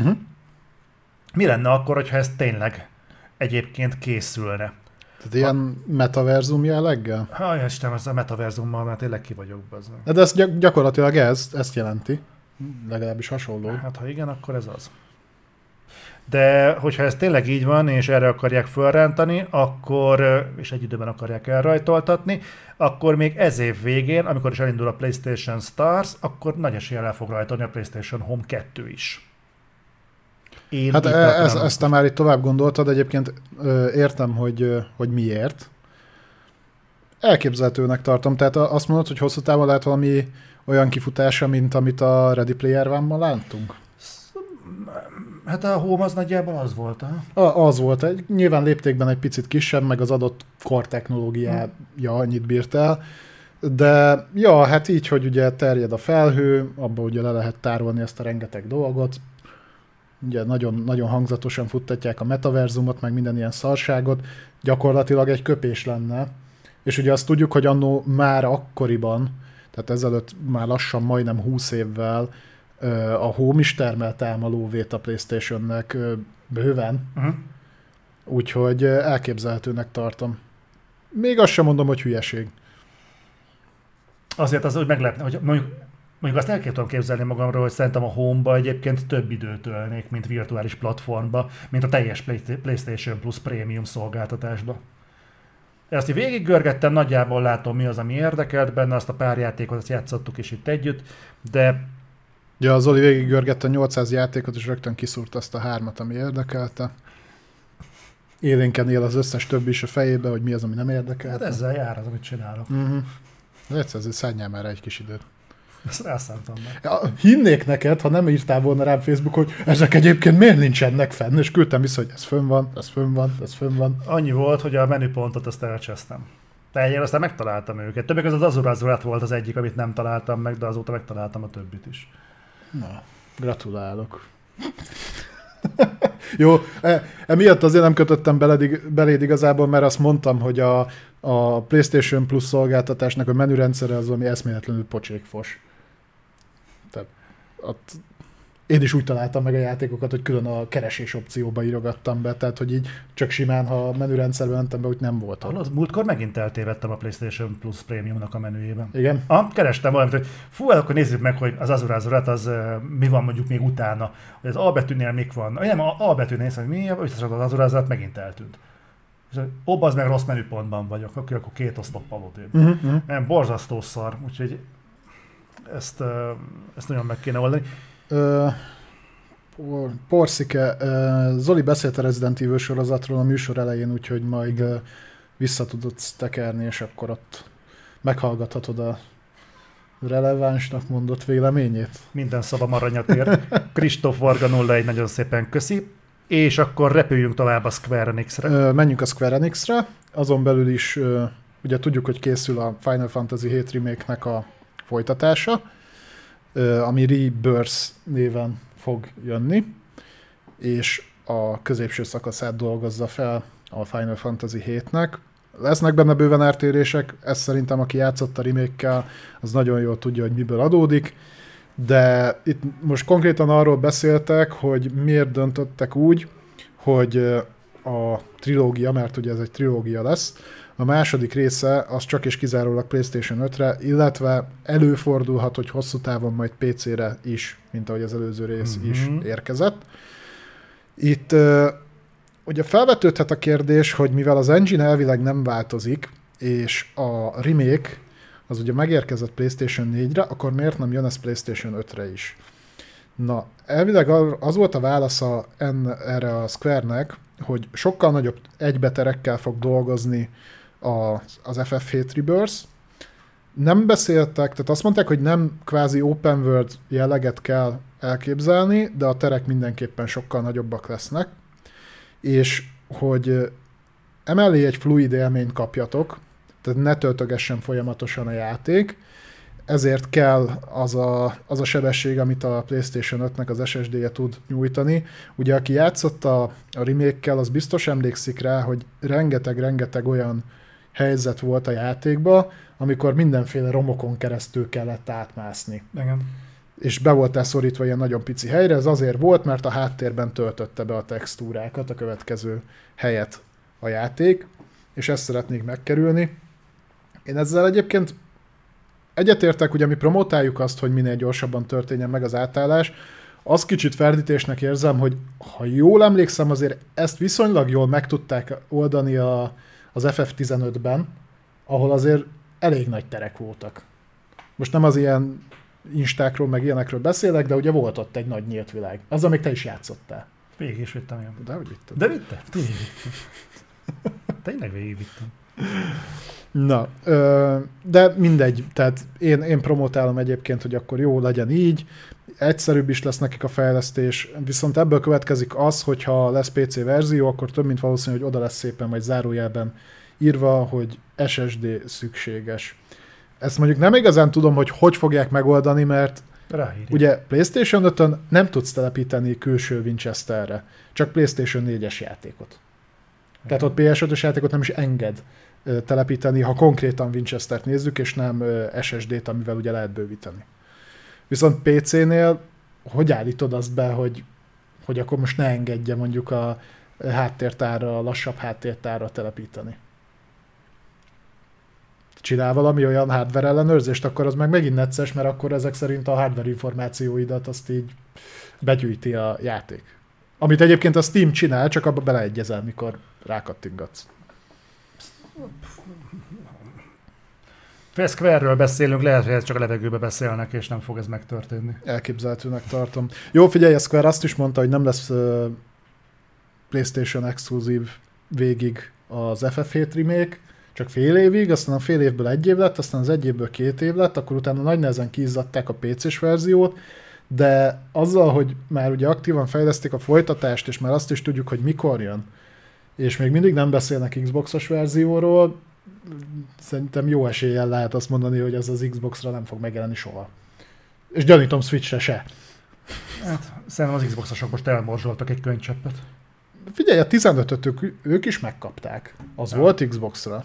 Mi lenne akkor, hogyha ez tényleg egyébként készülne? Tehát ilyen metaverzum jelleggel? Istenem, ez a metaverzummal, mert tényleg ki vagyok bezve. De ez gyakorlatilag ezt jelenti. Legalábbis hasonló. Hát ha igen, akkor ez az. De hogyha ez tényleg így van, és erre akarják felrántani, akkor, és egy időben akarják elrajtoltatni, akkor még ez év végén, amikor is elindul a PlayStation Stars, akkor nagy eséllyel el fog rajtolni a PlayStation Home 2 is. Hát ezt te már itt tovább gondoltad, egyébként értem, hogy miért. Elképzelhetőnek tartom, tehát azt mondod, hogy hosszú távon lehet valami olyan kifutása, mint amit a Ready Player One-ban láttunk? Hát a Home az nagyjából az volt. Az volt. Nyilván léptékben egy picit kisebb, meg az adott kor technológiája annyit bírt el. De ja, hát így, hogy ugye terjed a felhő, abba ugye le lehet tárolni ezt a rengeteg dolgot. Ugye nagyon, nagyon hangzatosan futtatják a metaverzumot, meg minden ilyen szarságot. Gyakorlatilag egy köpés lenne. És ugye azt tudjuk, hogy annó már akkoriban, tehát ezelőtt már lassan majdnem 20 évvel a Home is termelt ám a lóvét a PlayStation-nek bőven. Úgyhogy elképzelhetőnek tartom. Még azt sem mondom, hogy hülyeség. Azért az úgy meglepne, hogy mondjuk azt el tudom képzelni magamról, hogy szerintem a Home-ba egyébként több időt ölnék, mint virtuális platformba, mint a teljes PlayStation Plus Premium szolgáltatásba. Ezt így végiggörgettem, nagyjából látom, mi az, ami érdekelt benne, azt a pár játékot, azt játszottuk is itt együtt, de... Ja, Zoli végiggörgette a 800 játékot, és rögtön kiszúrt azt a 3-at, ami érdekelte. Élénken él az összes többi is a fejébe, hogy mi az, ami nem érdekelte. Hát ezzel jár az, amit csinálok. Egyszer szálljál már egy kis időt. Ezt elszántam meg. Ja, hinnék neked, ha nem írtál volna rám Facebook, hogy ezek egyébként miért nincsenek fenn, és küldtem vissza, hogy ez fönn van, ez fönn van, ez fönn van. Annyi volt, hogy a menüpontot azt elcsesztem. De egyébként aztán megtaláltam őket. Többek az Azurat volt az egyik, amit nem találtam meg, de azóta megtaláltam a többit is. Na, gratulálok. Jó, emiatt azért nem kötöttem beléd igazából, mert azt mondtam, hogy a PlayStation Plus szolgáltatásnak a menürendszere az valami eszméletlenül pocsékfos. Tehát én is úgy találtam meg a játékokat, hogy külön a keresés opcióba írogattam be, tehát hogy így csak simán, ha a menürendszerben mentem be, úgy nem volt ott. Múltkor megint eltévedtem a PlayStation Plus Premiumnak a menüjében. Igen? Kerestem valamit, hogy akkor nézzük meg, hogy az Azurat az mi van mondjuk még utána, hogy az A betűnél mik van. Nem, A betűnél nézem, hogy mi, összesen az Azurat megint eltűnt. Az meg rossz menüpontban vagyok, akkor két oszloppal ott. Nem, borzasztó szar, úgyhogy ezt nagyon meg kéne oldani. Porszike, Zoli beszélt a Resident Evil sorozatról a műsor elején, úgyhogy majd vissza tudod tekerni, és akkor ott meghallgathatod a relevánsnak mondott véleményét. Minden szavam aranyat ér. Kristóf Varga 01 nagyon szépen köszi. És akkor repüljünk tovább a Square Enix-re. Menjünk a Square Enix-re. Azon belül is ugye tudjuk, hogy készül a Final Fantasy VII Remake-nek a folytatása, ami Rebirth néven fog jönni, és a középső szakaszát dolgozza fel a Final Fantasy VII-nek. Lesznek benne bőven eltérések, ez szerintem aki játszott a remake-kel, az nagyon jól tudja, hogy miből adódik, de itt most konkrétan arról beszéltek, hogy miért döntöttek úgy, hogy a trilógia, mert ugye ez egy trilógia lesz, a második része az csak és kizárólag PlayStation 5-re, illetve előfordulhat, hogy hosszú távon majd PC-re is, mint ahogy az előző rész is érkezett. Itt ugye felvetődhet a kérdés, hogy mivel az engine elvileg nem változik, és a remake az ugye megérkezett PlayStation 4-re, akkor miért nem jön ez PlayStation 5-re is? Na, elvileg az volt a válasza erre a Square-nek, hogy sokkal nagyobb egybeterekkel fog dolgozni az FF7 Rebirth. Nem beszéltek, tehát azt mondták, hogy nem kvázi open world jelleget kell elképzelni, de a terek mindenképpen sokkal nagyobbak lesznek, és hogy emellé egy fluid élményt kapjatok, tehát ne töltögessen folyamatosan a játék, ezért kell az a sebesség, amit a PlayStation 5-nek az SSD-je tud nyújtani. Ugye aki játszott a remake-kel, az biztos emlékszik rá, hogy rengeteg olyan helyzet volt a játékban, amikor mindenféle romokon keresztül kellett átmászni. Igen. És be voltál szorítva ilyen nagyon pici helyre, ez azért volt, mert a háttérben töltötte be a textúrákat, a következő helyet a játék, és ezt szeretnék megkerülni. Én ezzel egyébként egyetértek, ugye mi promotáljuk azt, hogy minél gyorsabban történjen meg az átállás. Az kicsit ferdítésnek érzem, hogy ha jól emlékszem, azért ezt viszonylag jól meg tudták oldani az FF15-ben, ahol azért elég nagy terek voltak. Most nem az ilyen instákról, meg ilyenekről beszélek, de ugye volt ott egy nagy nyílt világ. Azzal még te is játszottál. Végig is vittem én. De hogy vitted? De vitte? Tényleg végigvittem. Na, de mindegy, tehát én promotálom egyébként, hogy akkor jó, legyen így, egyszerűbb is lesz nekik a fejlesztés, viszont ebből következik az, hogyha lesz PC verzió, akkor több mint valószínű, hogy oda lesz szépen majd zárójelben írva, hogy SSD szükséges. Ezt mondjuk nem igazán tudom, hogy fogják megoldani, mert ugye PlayStation 5-ön nem tudsz telepíteni külső Winchesterre, csak PlayStation 4-es játékot. Tehát ott PS5-ös játékot nem is enged telepíteni, ha konkrétan Winchestert nézzük, és nem SSD-t, amivel ugye lehet bővíteni. Viszont PC-nél hogy állítod azt be, hogy akkor most ne engedje mondjuk a háttértárra, a lassabb háttértárra telepíteni? Csinál valami olyan hardware ellenőrzést, akkor az meg megint necces, mert akkor ezek szerint a hardware információidat azt így begyűjti a játék. Amit egyébként a Steam csinál, csak abba beleegyezel, mikor rákattingatsz. Square-ről beszélünk, lehet, hogy csak a levegőbe beszélnek, és nem fog ez megtörténni. Elképzelhetőnek tartom. Jó, figyelj, a Square azt is mondta, hogy nem lesz PlayStation exkluzív végig az FF7 remake, csak fél évig, aztán a fél évből egy év lett, aztán az egy évből 2 év lett, akkor utána nagy nehezen kiizzadták a PC-s verziót, de azzal, hogy már ugye aktívan fejleszték a folytatást, és már azt is tudjuk, hogy mikor jön, és még mindig nem beszélnek Xbox-os verzióról, szerintem jó eséllyel lehet azt mondani, hogy ez az Xbox-ra nem fog megjelenni soha. És gyanítom Switch-re se. Hát, szerintem az Xbox-osok most elmorzsoltak egy könycseppet. Figyelj, a 15-öt ők is megkapták. Az volt Xbox-ra.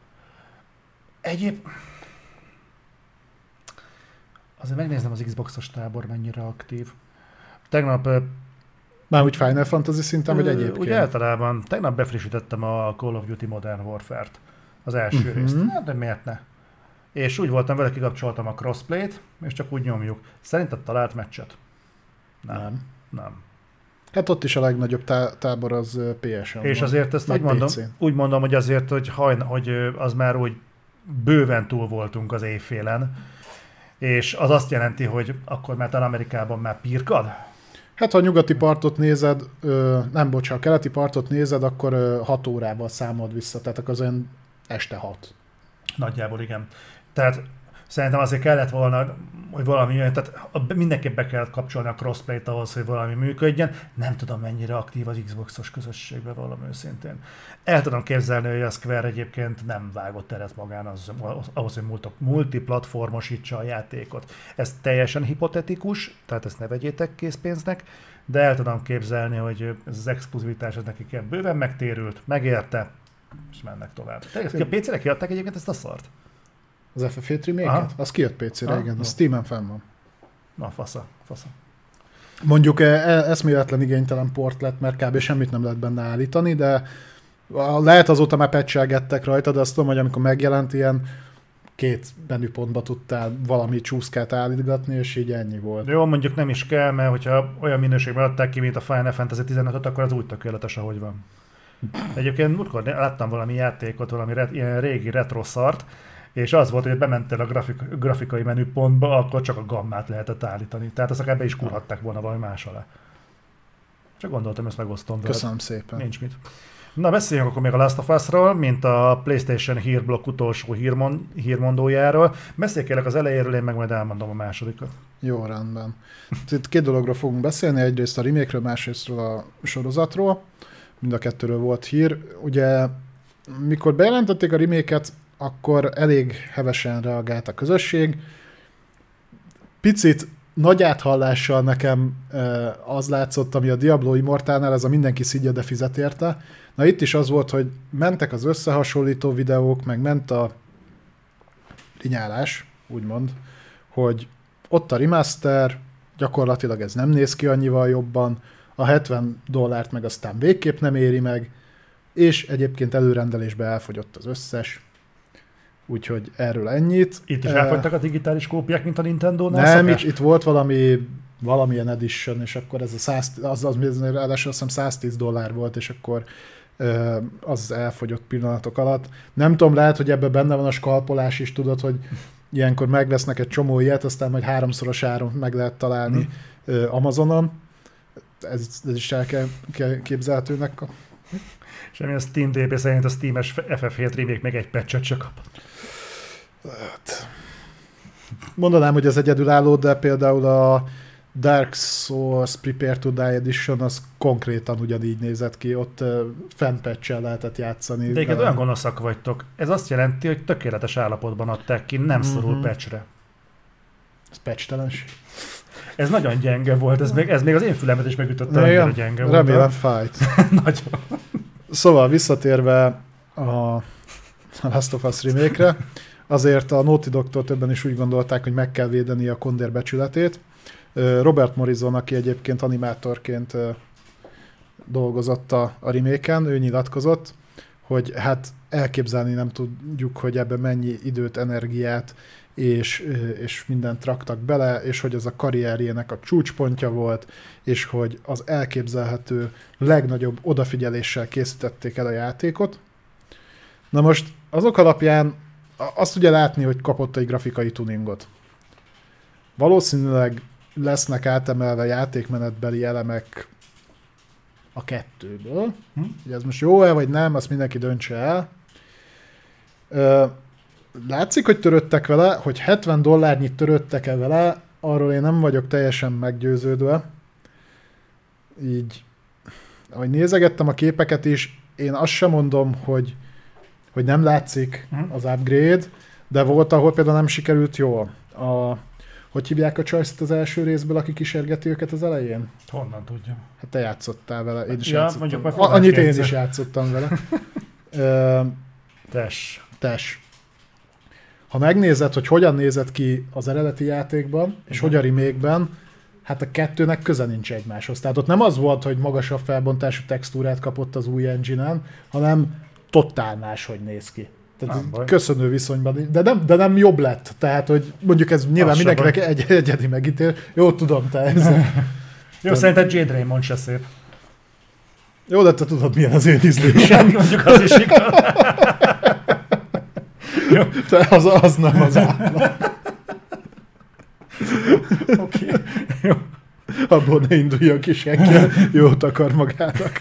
Azért megnézem az Xbox-os tábor mennyire aktív. Tegnap... Már úgy Final Fantasy szinten, vagy egyébként? Úgy általában. Tegnap befrissítettem a Call of Duty Modern Warfare-t. Az első részt. Hát, de miért ne? És úgy voltam vele, kikapcsoltam a crossplay-t, és csak úgy nyomjuk. Szerinted talált meccset? Nem. Hát ott is a legnagyobb tábor az PS-en. És van. Azért ezt úgy mondom, hogy azért, hogy az már úgy bőven túl voltunk az éjfélen, és az azt jelenti, hogy akkor már talán Amerikában már pirkad? Hát ha a nyugati partot nézed, ha a keleti partot nézed, akkor 6 órával számolod vissza, tehát akkor az olyan este 6. Nagyjából igen. Tehát szerintem azért kellett volna, hogy valami jön, tehát mindenképp be kell kapcsolni a crossplay-t ahhoz, hogy valami működjön. Nem tudom, mennyire aktív az Xbox-os közösségben valami őszintén. El tudom képzelni, hogy a Square egyébként nem vágott teret magán ahhoz, hogy multiplatformosítsa a játékot. Ez teljesen hipotetikus, tehát ezt ne vegyétek készpénznek, de el tudom képzelni, hogy ez az exkluzivitás ez nekik bőven megtérült, megérte, és mennek tovább. A PC-re kiadták egyébként ezt a szart? Az FF7 remake-et? Az kijött PC-re, igen. A Steam-en fenn van. Na, fasza. Mondjuk eszméletlen igénytelen port lett, mert kb. Semmit nem lehet benne állítani, de lehet azóta már patchelgettek rajta, de azt tudom, hogy amikor megjelent, ilyen 2 menüpontba tudtál valami csúszkát állítgatni, és így ennyi volt. Jó, mondjuk nem is kell, mert hogyha olyan minőségben adták ki, mint a Final Fantasy 15-öt, akkor az úgy tökéletes, ahogy van. Egyébként múltkor láttam valami játékot, valami ilyen régi retro szart, és az volt, hogy bementél a grafikai menüpontba, akkor csak a gammát lehetett állítani. Tehát azt akár be is kurhatták volna valami más alá. Csak gondoltam, ezt megosztom. Köszönöm szépen. Nincs mit. Na, beszéljünk akkor még a Last of Us-ról, mint a PlayStation hírblock utolsó hírmondójáról. Beszéljünk az elejéről, én meg majd elmondom a másodikat. Jó, rendben. Itt két dologról fogunk beszélni, egyrészt a remake-ről, másrésztről a sorozatról. Mind a kettőről volt hír. Ugye, mikor bejelentették a remake-et, akkor elég hevesen reagált a közösség. Picit nagy áthallással nekem az látszott, ami a Diablo Immortalnál, ez a mindenki szidja, de fizet érte. Na itt is az volt, hogy mentek az összehasonlító videók, meg ment a rinyálás, úgymond, hogy ott a remaster, gyakorlatilag ez nem néz ki annyival jobban, a $70 meg aztán végképp nem éri meg, és egyébként előrendelésbe elfogyott az összes. Úgyhogy erről ennyit. Itt is elfogytak a digitális kópiák, mint a Nintendo-nál? Nem, itt volt valamilyen edition, és akkor ez a 100, ráadásul azt hiszem $110 volt, és akkor az elfogyott pillanatok alatt. Nem tudom, lehet, hogy ebben benne van a skalpolás is, tudod, hogy ilyenkor megvesznek egy csomó ilyet, aztán majd 3-szoros áron meg lehet találni Amazonon. Ez is el kell képzelhetőnek. És ami a Steam DB szerint a Steam-es FF7 remake még egy patchet csak kap. Mondanám, hogy az egyedülálló, de például a Dark Souls Prepare to Die Edition az konkrétan ugyanígy nézett ki, ott fanpatch-el lehetett játszani. De igen, olyan gonoszak vagytok. Ez azt jelenti, hogy tökéletes állapotban adták ki, nem szorul patchre. Ez patch-telenség. Ez nagyon gyenge volt, ez még az én fülemet is megütötte, annyira gyenge volt. Remélem fájt. Nagyon. Szóval visszatérve a Last of Us remake-re, azért a Naughty Dog-tól többen is úgy gondolták, hogy meg kell védeni a Condor becsületét. Robert Morrison, aki egyébként animátorként dolgozott a remake-en, ő nyilatkozott, hogy hát elképzelni nem tudjuk, hogy ebbe mennyi időt, energiát és mindent raktak bele, és hogy ez a karrierjének a csúcspontja volt, és hogy az elképzelhető legnagyobb odafigyeléssel készítették el a játékot. Na most azok alapján azt ugye látni, hogy kapott egy grafikai tuningot. Valószínűleg lesznek átemelve játékmenetbeli elemek a 2-ből. Ugye ez most jó-e vagy nem, azt mindenki döntse el. Látszik, hogy törődtek vele, hogy $70 törődtek-e vele, arról én nem vagyok teljesen meggyőződve. Így, ahogy nézegettem a képeket is, én azt sem mondom, hogy nem látszik az upgrade, de volt, ahol például nem sikerült jól. Hogy hívják a Choice-t az első részből, aki kísérgeti őket az elején? Honnan tudja? Hát te játszottál vele, én is játszottam. Annyit én is játszottam vele. Tes. Ha megnézed, hogy hogyan nézett ki az eredeti játékban, és hogy a remake-ben, hát a kettőnek köze nincs egymáshoz. Tehát ott nem az volt, hogy magasabb felbontású textúrát kapott az új engine-en, hanem totál máshogy néz ki. Tehát köszönő viszonyban, de nem jobb lett. Tehát, hogy mondjuk ez nyilván mindenkinek egyedi megítél. Jó, tudom, te ez. Jó, szerinted Jade Raymond se szép. Jó, de te tudod, milyen az én ízlésem. Mondjuk az is igaz. Az nem az állam. Oké. Jó. Abból ne induljon ki senki, jót akar magának.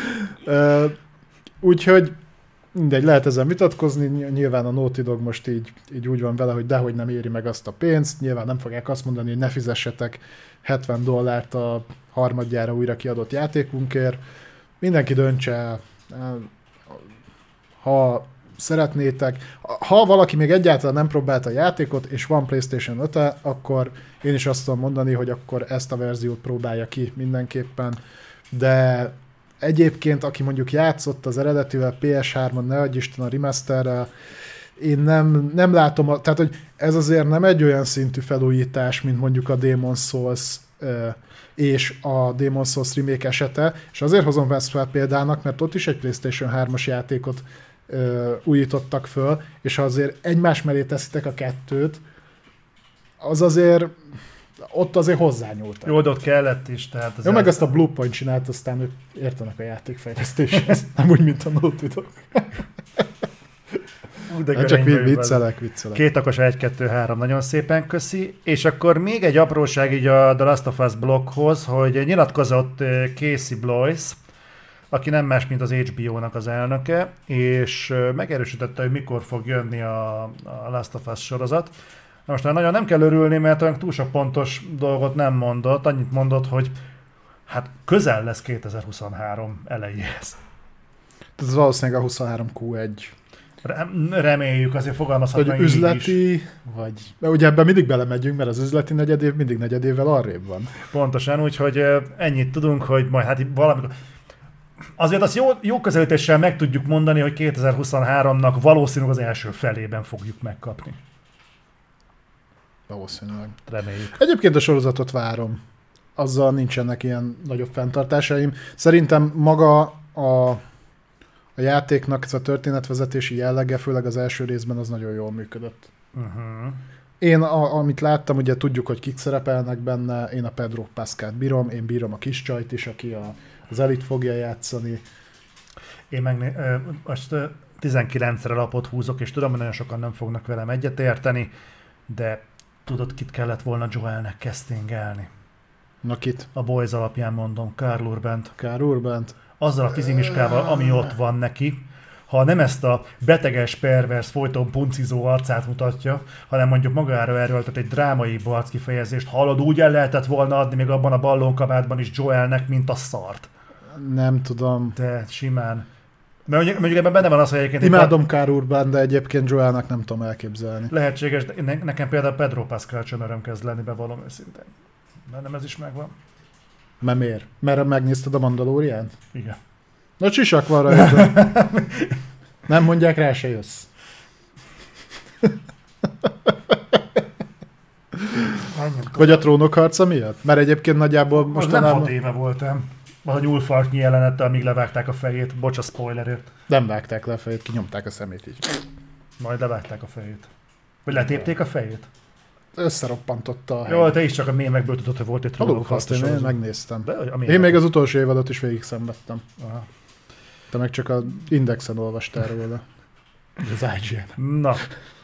Úgyhogy mindegy, lehet ezen vitatkozni, nyilván a Naughty Dog most így úgy van vele, hogy dehogy nem éri meg azt a pénzt, nyilván nem fogják azt mondani, hogy ne fizessetek $70 a harmadjára újra kiadott játékunkért. Mindenki döntse el, ha szeretnétek. Ha valaki még egyáltalán nem próbálta a játékot, és van PlayStation 5-e, akkor én is azt tudom mondani, hogy akkor ezt a verziót próbálja ki mindenképpen, de egyébként, aki mondjuk játszott az eredetivel PS3-on, ne adj Isten a remasterrel, én nem látom, tehát hogy ez azért nem egy olyan szintű felújítás, mint mondjuk a Demon's Souls és a Demon's Souls remake esete, és azért hozom ezt fel példának, mert ott is egy PlayStation 3-as játékot újítottak föl, és ha azért egymás mellé teszitek a kettőt, az azért ott azért hozzányúltak. Jó, de ott kellett is. Tehát jó, meg azt a Bluepoint csinált, aztán ők értenek a játékfejlesztéshez. Nem úgy, mint a Naughty Dog. Csak viccelek. 2 akos 1, 2, 3, nagyon szépen köszi. És akkor még egy apróság így a The Last of Us blokkhoz, hogy nyilatkozott Casey Bloys, aki nem más, mint az HBO-nak az elnöke, és megerősítette, hogy mikor fog jönni a Last of Us sorozat. Na most nagyon nem kell örülni, mert olyan túl sok pontos dolgot nem mondott, annyit mondott, hogy hát közel lesz 2023 elejéhez. Ez valószínűleg a 23 Q1. Reméljük, azért fogalmazhatnánk vagy üzleti, is. Vagy... De ugye ebben mindig belemegyünk, mert az üzleti negyedév mindig negyedévvel arrébb van. Pontosan, úgyhogy ennyit tudunk, hogy majd hát valamikor... Azért azt jó közelítéssel meg tudjuk mondani, hogy 2023-nak valószínűleg az első felében fogjuk megkapni. Valószínűleg. Reméljük. Egyébként a sorozatot várom. Azzal nincsenek ilyen nagyobb fenntartásaim. Szerintem maga a játéknak ez a történetvezetési jellege, főleg az első részben az nagyon jól működött. Uh-huh. Én, amit láttam, ugye tudjuk, hogy kik szerepelnek benne, én a Pedro Pascalt bírom, én bírom a kis csajt is, aki az Elit fogja játszani. Én most 19-re lapot húzok, és tudom, hogy nagyon sokan nem fognak velem egyetérteni, de tudod, kit kellett volna Joelnek castingelni? Na kit? A Boys alapján mondom, Karl Urbant. Karl Urbant? Azzal a fizimiskával, ami ott van neki, ha nem ezt a beteges, pervers, folyton puncizó arcát mutatja, hanem mondjuk magára erőltet egy drámai arc kifejezést, hallod, úgy el lehetett volna adni még abban a ballónkabátban is Joelnek, mint a szart. Nem tudom. De simán. Mert mondjuk ebben benne van az, hogy egyébként... Imádom Karl Urban, de egyébként Joelnak nem tudom elképzelni. Lehetséges, de nekem például Pedro Pascal csönöröm kezd lenni, bevallom őszintén. Bennem ez is megvan. Mert miért? Mert megnézted a Mandaloriánt? Igen. Na csisak van rajta. Nem mondják rá, se jössz. Vagy a Trónok harca miatt? Mert egyébként nagyjából mostanában... Nem 6 éve voltam. Az a nyúlfarknyi jelenete, amíg levágták a fejét. Bocs a spoilerért. Nem vágták le a fejét, kinyomták a szemét így. Majd levágták a fejét. Vagy letépték a fejét? Összeroppantotta a Jó, te is csak a mémekből tudod, hogy volt egy Trónok harca. Én megnéztem. Én még az utolsó évadot is végig szenvedtem. Aha. Te meg csak az Indexen olvastál róla. Az IGN. Na,